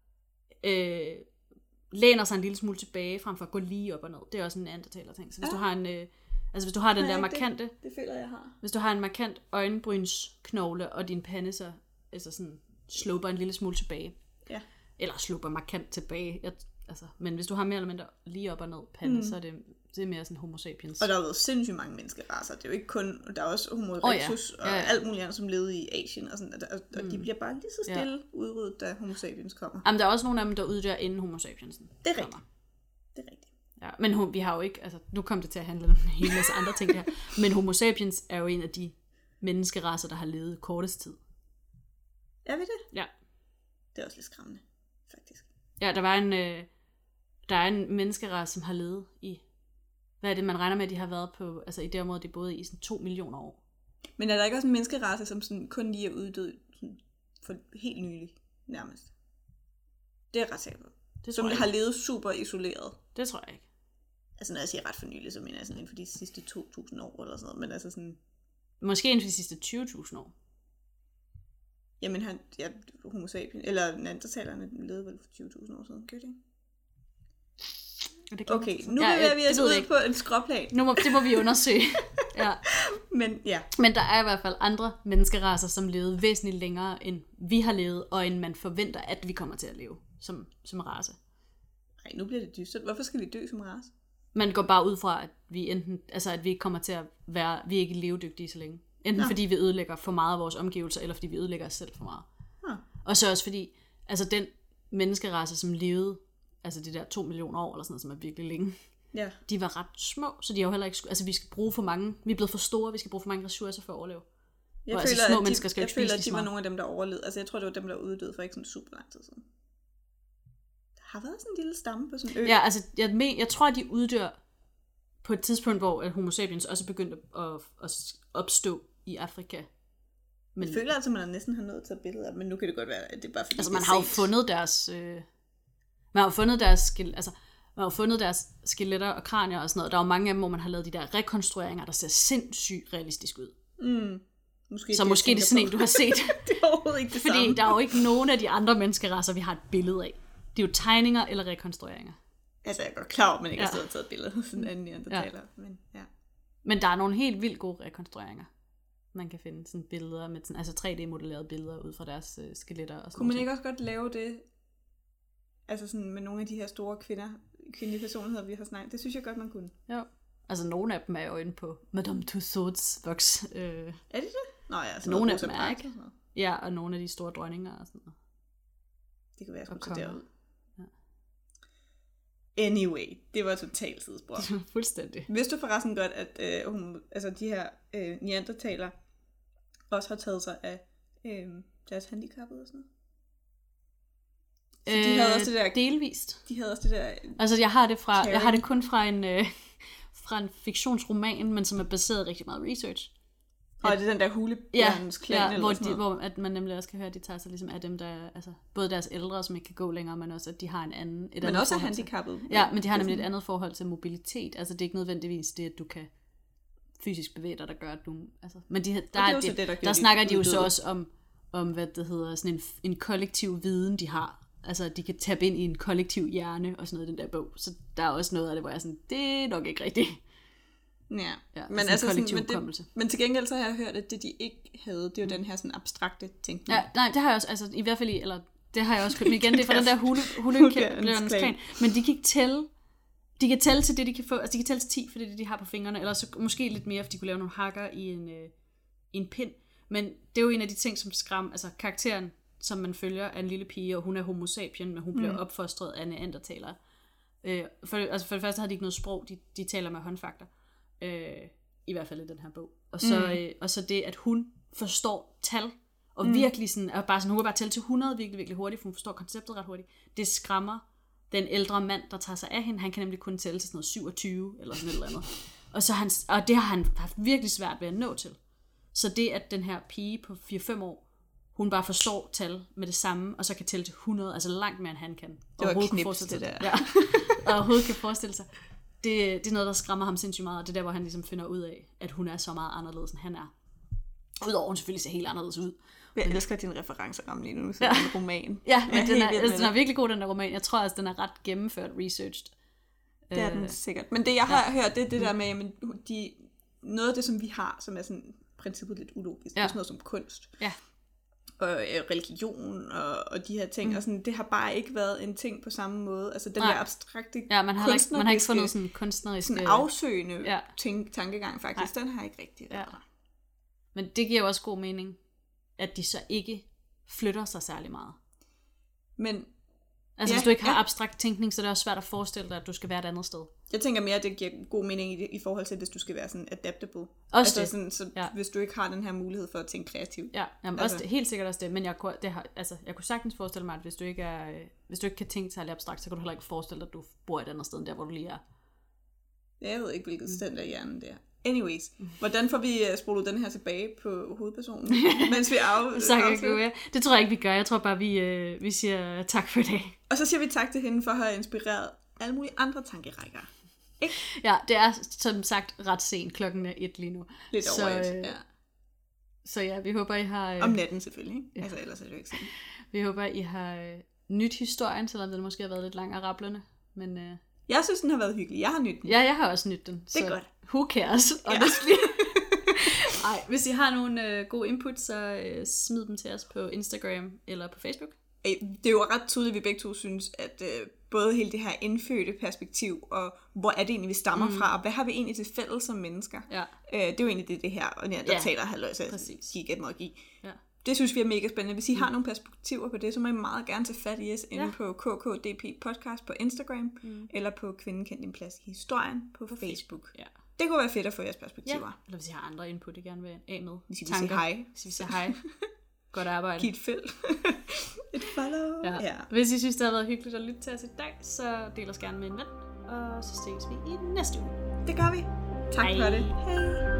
øh, læner sig en lille smule tilbage, frem for at gå lige op og ned. Det er også en neandertaler ting. Så hvis ja. du har en... Øh, altså hvis du har den Nej, der markante... Det, det føler jeg har. Hvis du har en markant øjenbrynsknogle, og din pande så altså sådan slupper en lille smule tilbage. Ja. Eller slupper markant tilbage. Jeg, Altså, men hvis du har mere eller mindre lige op og ned pande, mm. så er det, det er mere sådan homo sapiens. Og der har været sindssygt mange menneskeracer. Det er jo ikke kun, der er også homo erectus oh, ja. Ja, ja. og alt muligt andet, som levede i Asien. Og, sådan, og, og mm. de bliver bare lige så stille ja. udryddet, da homo sapiens kommer. Jamen, der er også nogle af dem, der uddør inden homo sapiensen Det er rigtigt. Det er rigtigt. Ja, men vi har jo ikke, altså nu kom det til at handle om en hel masse andre ting her. Men homo sapiens er jo en af de menneskeracer, der har levet kortest tid. Er vi det? Ja. Det er også lidt skræmmende, faktisk. Ja, der var en... Øh, Der er en menneskerace, som har levet i, hvad er det, man regner med, at de har været på, altså i det område, de boede i sådan to millioner år. Men er der ikke også en menneskerace, som sådan kun lige er uddød sådan for helt nylig, nærmest? Det er ret sikker på. Det som har levet super isoleret. Det tror jeg ikke. Altså når jeg siger ret for nylig, så mener jeg sådan inden for de sidste to tusind år eller sådan noget, men altså sådan... Måske inden for de sidste tyve tusind år. Jamen han, ja, homo sapiens, eller neandertalerne levede vel for tyve tusind år siden, gør det ikke? Okay, nu bevæger ja, vi os ud på en skråplan. Nu må, det må vi undersøge. ja. Men, ja. Men der er i hvert fald andre menneskeracer, som levede væsentligt længere, end vi har levet, og end man forventer, at vi kommer til at leve som, som race. Nej, nu bliver det dystert. Hvorfor skal vi dø som race? Man går bare ud fra, at vi enten, altså at vi ikke kommer til at være, vi er ikke levedygtige så længe. Enten Nå. fordi vi ødelægger for meget af vores omgivelser, eller fordi vi ødelægger os selv for meget. Nå. Og så også fordi, altså den menneskerace, som levede altså de der to millioner år, eller sådan noget, som er virkelig længe. Ja. De var ret små, så de har jo heller ikke... Altså, vi skal bruge for mange... Vi er blevet for store, vi skal bruge for mange ressourcer for at overleve. Jeg Hvor, føler, altså, små at de, skal jeg føler, at de var nogle af dem, der overlevede. Altså, jeg tror, det var dem, der uddøde for ikke sådan super lang tid siden. Der har været sådan en lille stamme på sådan en ø. Ja, altså, jeg, men, jeg tror, at de uddør på et tidspunkt, hvor at homo sapiens også er begyndt at, at opstå i Afrika. Men jeg føler altså, at man næsten har nået til at billede af, men nu kan det godt være, at det er bare fordi, altså, man har jo fundet deres... Øh, Man har jo fundet deres, skil, altså, man har fundet deres skeletter og kranier og sådan noget. Der er jo mange af dem, hvor man har lavet de der rekonstrueringer, der ser sindssygt realistisk ud. Mm. Måske så det, måske det er sådan en, du har set. Det er overhovedet ikke det Fordi samme. der er jo ikke nogen af de andre menneskeracer, vi har et billede af. Det er jo tegninger eller rekonstrueringer. Altså, jeg er godt klar over, at man ikke ja. har stået og taget et billede af sådan en anden neandertaler. Ja. Men, ja. Men der er nogle helt vildt gode rekonstrueringer. Man kan finde sådan billeder, med sådan, altså tre D-modellerede billeder ud fra deres øh, skeletter. Og sådan Kunne man ikke også godt lave det... Altså sådan med nogle af de her store kvinder, kvindelige personligheder, vi har snakket. Det synes jeg godt, man kunne. Ja. Altså nogle af dem er jo inde på Madame Tussauds voks. Øh, er det det? Nå ja, så nogle af dem er ikke. Ja, og nogle af de store dronninger og sådan noget. Det kan være, jeg skulle tage derud. Ja. Anyway, det var totalt sidespor. Fuldstændig. Vidste du forresten godt, at øh, hun, altså de her øh, neandertaler også har taget sig af øh, deres handicappede og sådan noget? Så de øh, havde også det der, delvist. De havde også det der... Altså, jeg har det, fra, jeg har det kun fra en, øh, fra en fiktionsroman, men som er baseret rigtig meget research. Og det er den der hulebjørnens klan, ja, ja, hvor, de, hvor at man nemlig også kan høre, at de tager sig ligesom af dem, der altså både deres ældre, som ikke kan gå længere, men også, at de har en anden... Et men også er handicappet. Ja, men de har nemlig et andet forhold til mobilitet. Altså, det er ikke nødvendigvis det, at du kan fysisk bevæge dig, der gør, at du... Altså, men de, der, er, de, det, der, der snakker de jo så også om, om, hvad det hedder, sådan en, en kollektiv viden, de har. Altså, de kan tabe ind i en kollektiv hjerne og sådan noget i den der bog. Så der er også noget af det, hvor jeg er sådan, det er nok ikke rigtigt. Ja, ja men, altså sådan, men, det, men til gengæld så har jeg hørt, at det de ikke havde, det er jo den her sådan abstrakte tænkning. Ja, nej, det har jeg også, altså i hvert fald i, eller det har jeg også købt, men igen, det er fra den der hule, hulebjørnens klan. Men de kan ikke tælle, de kan tælle til det, de kan få, altså de kan tælle til ti, for det er det, de har på fingrene, eller så måske lidt mere, for de kunne lave nogle hakker i en, øh, i en pind. Men det er jo en af de ting, som skræmmer, altså karakteren, som man følger, er en lille pige, og hun er homo sapien, men hun bliver mm. opfostret af neandertalere. Øh, for, altså for det første har de ikke noget sprog, de, de taler med håndfakter. Øh, I hvert fald i den her bog. Og så, mm. øh, og så det, at hun forstår tal, og mm. virkelig sådan, og bare sådan, hun kan bare tælle til hundrede virkelig, virkelig hurtigt, for hun forstår konceptet ret hurtigt. Det skræmmer den ældre mand, der tager sig af hende. Han kan nemlig kun tælle til sådan noget syvogtyve, eller sådan et eller andet. Og, så han, og det har han haft virkelig svært ved at nå til. Så det, at den her pige på fire fem år, hun bare forstår tal med det samme, og så kan tælle til hundrede, altså langt mere end han kan. Det var knips, det der. Ja. Og overhovedet kan forestille sig. Det, det er noget, der skræmmer ham sindssygt meget, og det er der, hvor han ligesom finder ud af, at hun er så meget anderledes, end han er. Udover hun selvfølgelig ser helt anderledes ud. Jeg men... elsker din referenceramme lige nu, så ja. En roman. Ja, men den er, altså, den er virkelig god, den der roman. Jeg tror også, den er ret gennemført, researched. Det er den sikkert. Men det, jeg har ja. hørt, det er det der med, at de, noget af det, som vi har, som er sådan princippet lidt ulogisk, ja. Det er sådan noget som kunst. Ja. Og religion og, og de her ting, mm. og sådan, det har bare ikke været en ting på samme måde. Altså den Nej. der abstrakte ja, man har, ikke, man har ikke fundet sådan kunstnerisk... Sådan afsøgende ja. tænk, tankegang faktisk, Nej. Den har ikke rigtig været. Ja. Men det giver jo også god mening, at de så ikke flytter sig særlig meget. Men... Altså ja, hvis du ikke har ja. abstrakt tænkning, så er det også svært at forestille dig, at du skal være et andet sted. Jeg tænker mere, at det giver god mening i, i forhold til, hvis du skal være sådan adaptable. Også altså det. Sådan, så ja. Hvis du ikke har den her mulighed for at tænke kreativt. Ja, jamen altså. også det, helt sikkert også det. Men jeg, det har, altså, jeg kunne sagtens forestille mig, at hvis du ikke, er, hvis du ikke kan tænke særlig abstrakt, så kan du heller ikke forestille dig, at du bor et andet sted, end der, hvor du lige er. Jeg ved ikke, hvilket stand af hjernen det er. Anyways, hvordan får vi uh, spolet den her tilbage på hovedpersonen, mens vi af... så kan jeg det tror jeg ikke, vi gør. Jeg tror bare, vi, uh, vi siger tak for i dag. Og så siger vi tak til hende for at have inspireret alle mulige andre tankerækker. Ikke? Ja, det er som sagt ret sent. Klokken er et lige nu. Lidt over så, et, ja. Så ja, vi håber, I har... Uh... Om natten selvfølgelig, ikke? Ja. Altså ellers er det jo ikke sådan. Vi håber, I har uh, nyt historien, selvom den måske har været lidt lang og rablende. Men... Uh... Jeg synes, den har været hyggelig. Jeg har nydt den. Ja, jeg har også nydt den. Det er så godt. Who cares, honestly. Ja. Ej, hvis I har nogle øh, gode input, så øh, smid dem til os på Instagram eller på Facebook. Det er jo ret tydeligt, at vi begge to synes, at øh, både hele det her indfødte perspektiv, og hvor er det egentlig, vi stammer mm. fra, og hvad har vi egentlig til fælles som mennesker? Ja. Øh, det er jo egentlig det, det her, og der ja. taler halvøjs gigamagi. Ja. Det synes vi er mega spændende. Hvis I mm. har nogle perspektiver på det, så må I meget gerne tage fat i os inde ja. på K K D P Podcast på Instagram, mm. eller på Kvinden kendt din plads i historien på, på Facebook. Ja. Det kunne være fedt at få jeres perspektiver. Ja. Eller hvis I har andre input, I gerne vil af med. Hvis I vil sige hej. Hvis I vil sige hej. Godt arbejde. Giv et følg. Et follow. Ja. Ja. Hvis I synes, det har været hyggeligt at lytte til os i dag, så del os gerne med en ven. Og så ses vi i næste uge. Det gør vi. Tak hej. For det. Hej.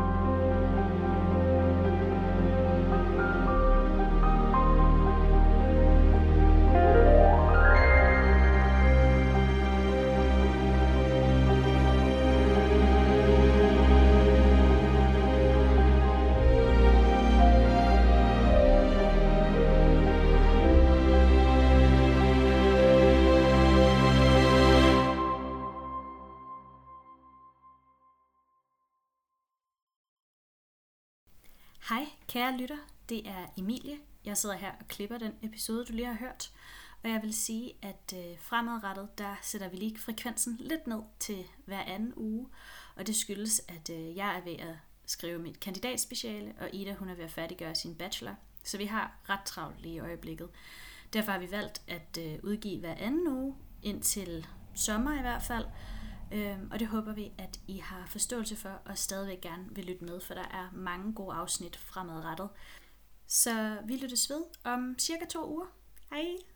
Hej kære lytter, det er Emilie. Jeg sidder her og klipper den episode, du lige har hørt. Og jeg vil sige, at øh, fremadrettet, der sætter vi lige frekvensen lidt ned til hver anden uge. Og det skyldes, at øh, jeg er ved at skrive mit kandidatspeciale, og Ida hun er ved at færdiggøre sin bachelor. Så vi har ret travlt lige i øjeblikket. Derfor har vi valgt at øh, udgive hver anden uge, indtil sommer i hvert fald. Øhm, og det håber vi, at I har forståelse for, og stadigvæk gerne vil lytte med, for der er mange gode afsnit fremadrettet. Så vi lyttes ved om cirka to uger. Hej!